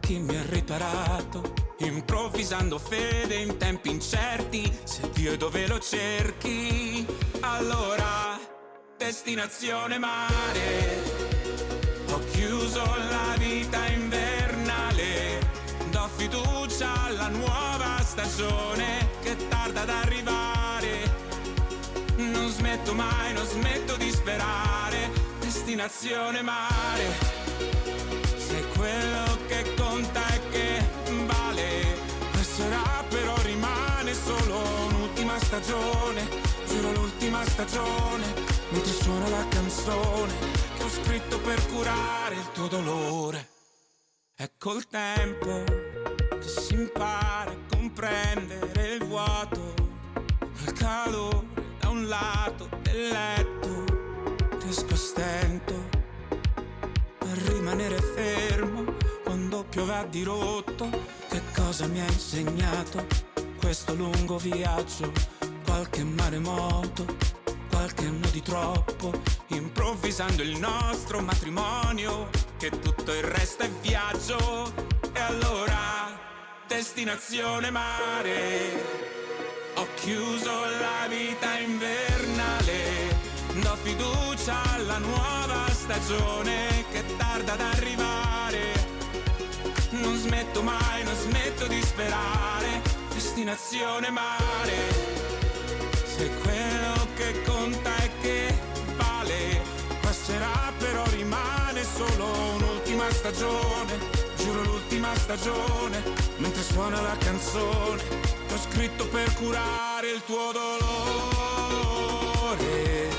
Speaker 9: chi mi ha riparato, improvvisando fede in tempi incerti. Se Dio è dove lo cerchi, allora destinazione mare. Ho chiuso la vita invernale, do fiducia alla nuova stagione che tarda ad arrivare. Non smetto mai, non smetto di sperare. Destinazione mare, se quello che conta è che vale. Passerà però rimane solo un'ultima stagione, giuro l'ultima stagione, mentre suona la canzone che ho scritto per curare il tuo dolore. È col tempo che si impara a comprendere il vuoto, quel calore da un lato del letto. Riesco a stento a rimanere fermo quando piove a dirotto. Che cosa mi ha insegnato questo lungo viaggio? Qualche maremoto, qualche anno di troppo, improvvisando il nostro matrimonio, che tutto il resto è viaggio. E allora destinazione mare. Ho chiuso la vita invernale, do fiducia alla nuova stagione che tarda ad arrivare. Non smetto mai, non smetto di sperare. Destinazione mare, se quello che conta è che vale. Passerà però rimane solo un'ultima stagione, giuro l'ultima stagione, mentre suona la canzone che ho scritto per curare il tuo dolore,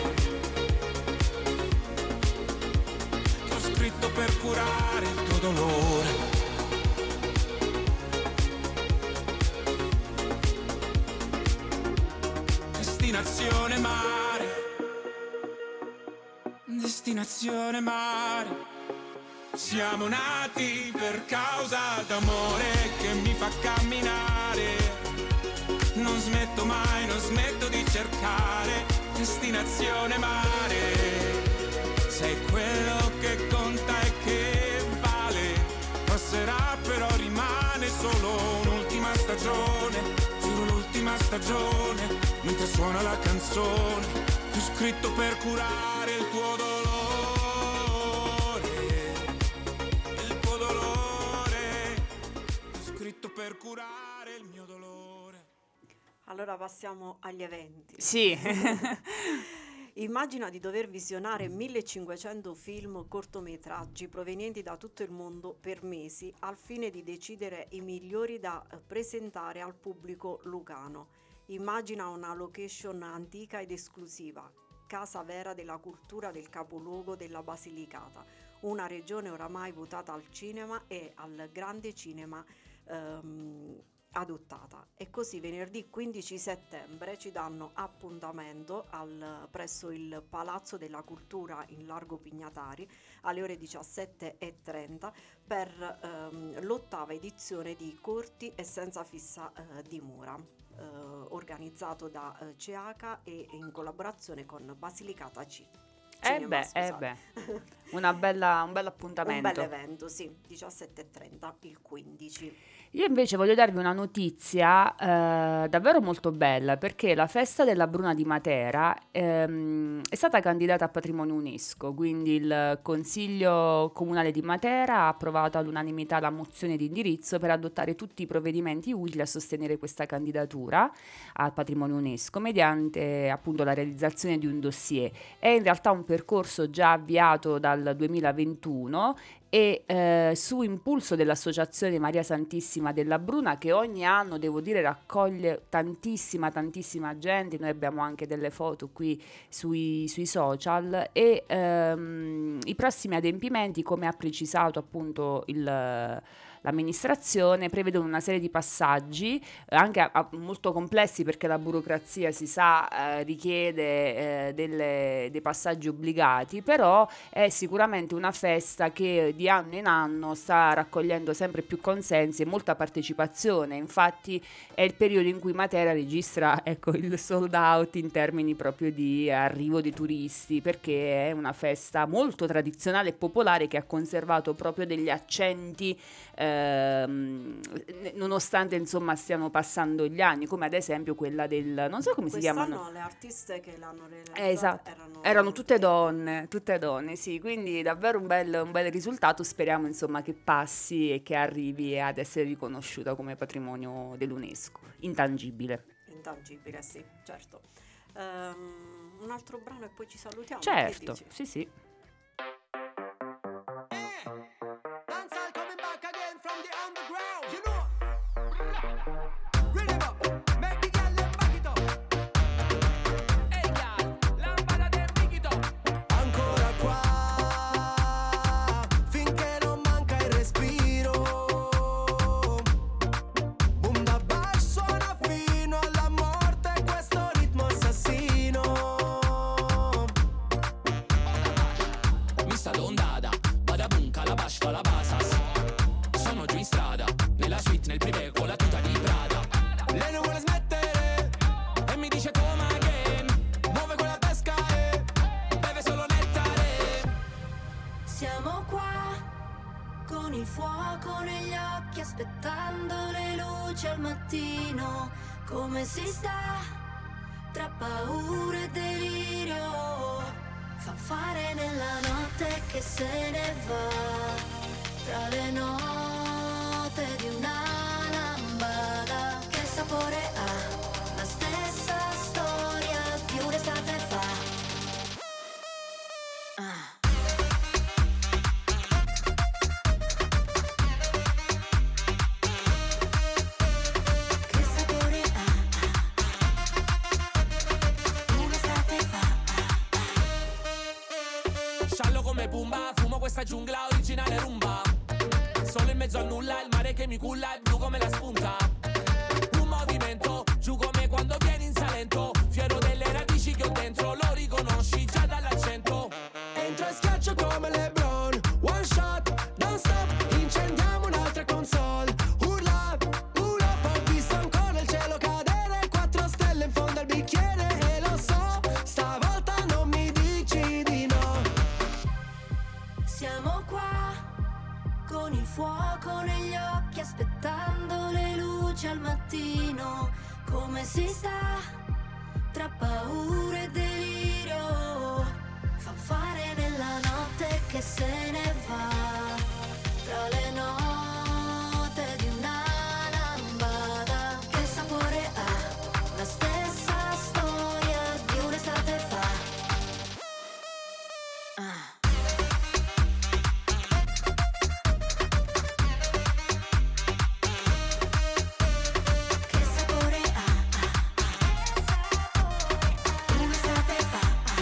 Speaker 9: che ho scritto per curare il tuo dolore. Destinazione mare, destinazione mare. Siamo nati per causa d'amore che mi fa camminare. Non smetto mai, non smetto di cercare. Destinazione mare, sei quello che conta e che vale. Passerà però rimane solo un'ultima stagione, giuro l'ultima stagione, mentre suona la canzone che ho scritto per curare il tuo dolore. Il tuo dolore, ho scritto per curare il mio dolore.
Speaker 2: Allora passiamo agli eventi.
Speaker 1: Sì.
Speaker 2: Immagina di dover visionare millecinquecento film cortometraggi provenienti da tutto il mondo per mesi al fine di decidere i migliori da eh, presentare al pubblico lucano. Immagina una location antica ed esclusiva, casa vera della cultura del capoluogo della Basilicata, una regione oramai votata al cinema e al grande cinema ehm, adottata. E così venerdì quindici settembre ci danno appuntamento al, presso il Palazzo della Cultura in Largo Pignatari alle ore diciassette e trenta per ehm, l'ottava edizione di Corti e senza fissa eh, dimora, eh, organizzato da eh, CEACA e in collaborazione con Basilicata C.
Speaker 1: Eh beh, eh beh, una bella, un bel appuntamento.
Speaker 2: Un bel evento, sì, diciassette e trenta il quindici.
Speaker 1: Io invece voglio darvi una notizia eh, davvero molto bella, perché la festa della Bruna di Matera ehm, è stata candidata a patrimonio UNESCO, quindi il Consiglio Comunale di Matera ha approvato all'unanimità la mozione di indirizzo per adottare tutti i provvedimenti utili a sostenere questa candidatura al patrimonio UNESCO mediante appunto la realizzazione di un dossier. È in realtà un percorso già avviato dal duemilaventuno e eh, su impulso dell'Associazione Maria Santissima della Bruna, che ogni anno, devo dire, raccoglie tantissima tantissima gente. Noi abbiamo anche delle foto qui sui, sui social e ehm, i prossimi adempimenti, come ha precisato appunto il l'amministrazione, prevedono una serie di passaggi eh, anche a, a molto complessi, perché la burocrazia, si sa, eh, richiede eh, delle, dei passaggi obbligati, però è sicuramente una festa che di anno in anno sta raccogliendo sempre più consensi e molta partecipazione. Infatti è il periodo in cui Matera registra, ecco, il sold out in termini proprio di arrivo di turisti, perché è una festa molto tradizionale e popolare che ha conservato proprio degli accenti eh, ehm, nonostante insomma stiano passando gli anni, come ad esempio quella del, non so come si chiamano.
Speaker 2: Quest'anno le artiste che l'hanno realizzata
Speaker 1: Eh, esatto.
Speaker 2: erano,
Speaker 1: Erano tutte donne, tutte donne, sì, quindi davvero un bel, un bel risultato, speriamo insomma che passi e che arrivi ad essere riconosciuta come patrimonio dell'UNESCO, intangibile.
Speaker 2: intangibile, sì, certo. Ehm, un altro brano e poi ci salutiamo. che
Speaker 1: Certo,
Speaker 2: dici?
Speaker 1: sì sì.
Speaker 12: Dancehall coming back again from the underground, you know. Rhythm up, make the girl them back it up. Hey girl, lampada dem big it up. Ancora qua, finché non manca il respiro. Boom da basso suona fino alla morte questo ritmo assassino.
Speaker 9: Mista d'ondata, badabum, calabash, calabasas. Sono giù in strada, nella suite, nel privé, con la tuta di Prada.
Speaker 12: Lei non vuole smettere e mi dice come again. Muove quella pesca e beve solo nettare.
Speaker 6: Siamo qua con il fuoco negli occhi, aspettando le luci al mattino. Come si sta tra paura e delirio? Fa fare nella notte che se ne va, tra le note di una lambada. Che sapore ha la stessa storia di un'estate fa. Ah. Che sapore ha un'estate fa.
Speaker 9: Sciallo come Pumba, fumo questa giungla originale rumba. Solo in mezzo al nulla, il mare che mi culla è blu come la spunta. Un movimento, giù come quando vieni in Salento. Fiero delle radici che ho dentro, lo riconosci già dall'accento.
Speaker 12: Entro e schiaccio come LeBron. One shot, non stop, incendiamo un'altra console. Urla, urla, ho visto ancora il cielo cadere. Quattro stelle in fondo al bicchiere. E lo so, stavolta non mi dici di no.
Speaker 6: Siamo qua con il fuoco negli occhi, aspettando le luci al mattino. Come si sta tra paura e delirio? Fa fare nella notte che se ne va, tra le note di una lambada. Che sapore ha la stessa storia di un'estate fa. Ah. Che sapore ha un'estate fa.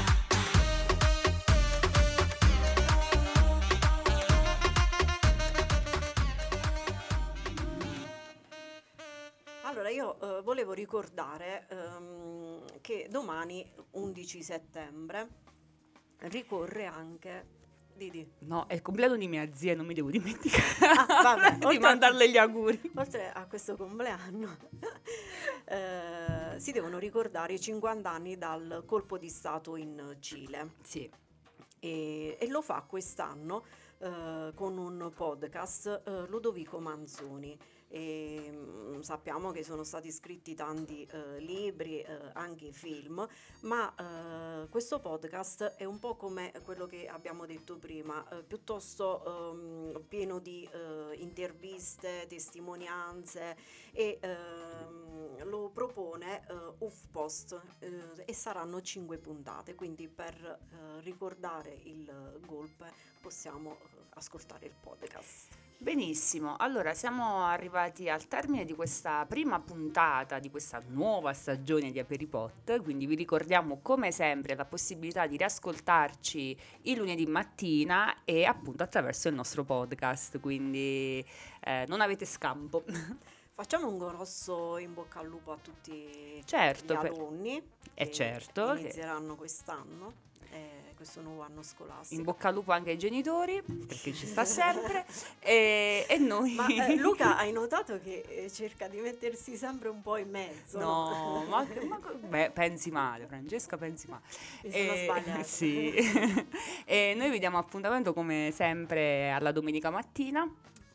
Speaker 2: Allora io eh, volevo ricordare ehm, che domani undici settembre ricorre anche Didi.
Speaker 1: No, è il compleanno di mia zia, non mi devo dimenticare
Speaker 2: Ah, vabbè,
Speaker 1: di
Speaker 2: oltre-
Speaker 1: mandarle gli auguri.
Speaker 2: Oltre a questo compleanno eh, si devono ricordare i cinquanta anni dal colpo di stato in Cile.
Speaker 1: Sì.
Speaker 2: E, e lo fa quest'anno eh, con un podcast, eh, Ludovico Manzoni. E, mm, sappiamo che sono stati scritti tanti eh, libri, eh, anche film, ma eh, questo podcast è un po' come quello che abbiamo detto prima, eh, piuttosto ehm, pieno di eh, interviste, testimonianze, e ehm, lo propone eh, HuffPost eh, e saranno cinque puntate, quindi per eh, ricordare il golpe possiamo eh, ascoltare il podcast.
Speaker 1: Benissimo, allora siamo arrivati al termine di questa prima puntata di questa nuova stagione di Aperipot, quindi vi ricordiamo come sempre la possibilità di riascoltarci il lunedì mattina e appunto attraverso il nostro podcast, quindi eh, non avete scampo.
Speaker 2: Facciamo un grosso in bocca al lupo a tutti
Speaker 1: Certo,
Speaker 2: gli
Speaker 1: per-
Speaker 2: alunni
Speaker 1: eh,
Speaker 2: che
Speaker 1: certo, che-
Speaker 2: inizieranno quest'anno, eh, questo nuovo anno scolastico.
Speaker 1: In bocca al lupo anche ai genitori, perché ci sta sempre, e, e noi...
Speaker 2: Ma eh, Luca, hai notato che eh, cerca di mettersi sempre un po' in mezzo?
Speaker 1: No, ma, ma- beh, pensi male, Francesca, pensi male.
Speaker 2: Mi sono sbagliata.
Speaker 1: Sì. E noi vi diamo appuntamento come sempre alla domenica mattina.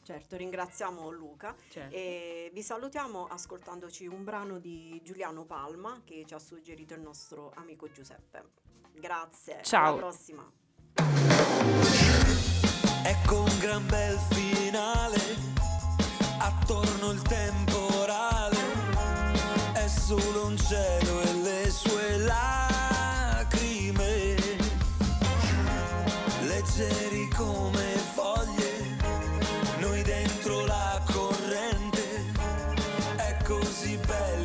Speaker 2: Certo, ringraziamo Luca
Speaker 1: Certo.
Speaker 2: e vi salutiamo ascoltandoci un brano di Giuliano Palma che ci ha suggerito il nostro amico Giuseppe. Grazie,
Speaker 1: Ciao.
Speaker 2: alla prossima.
Speaker 13: Ecco un gran bel finale, attorno il temporale, è solo un cielo e le sue lacrime, leggeri come foglie, noi dentro la corrente, è così bello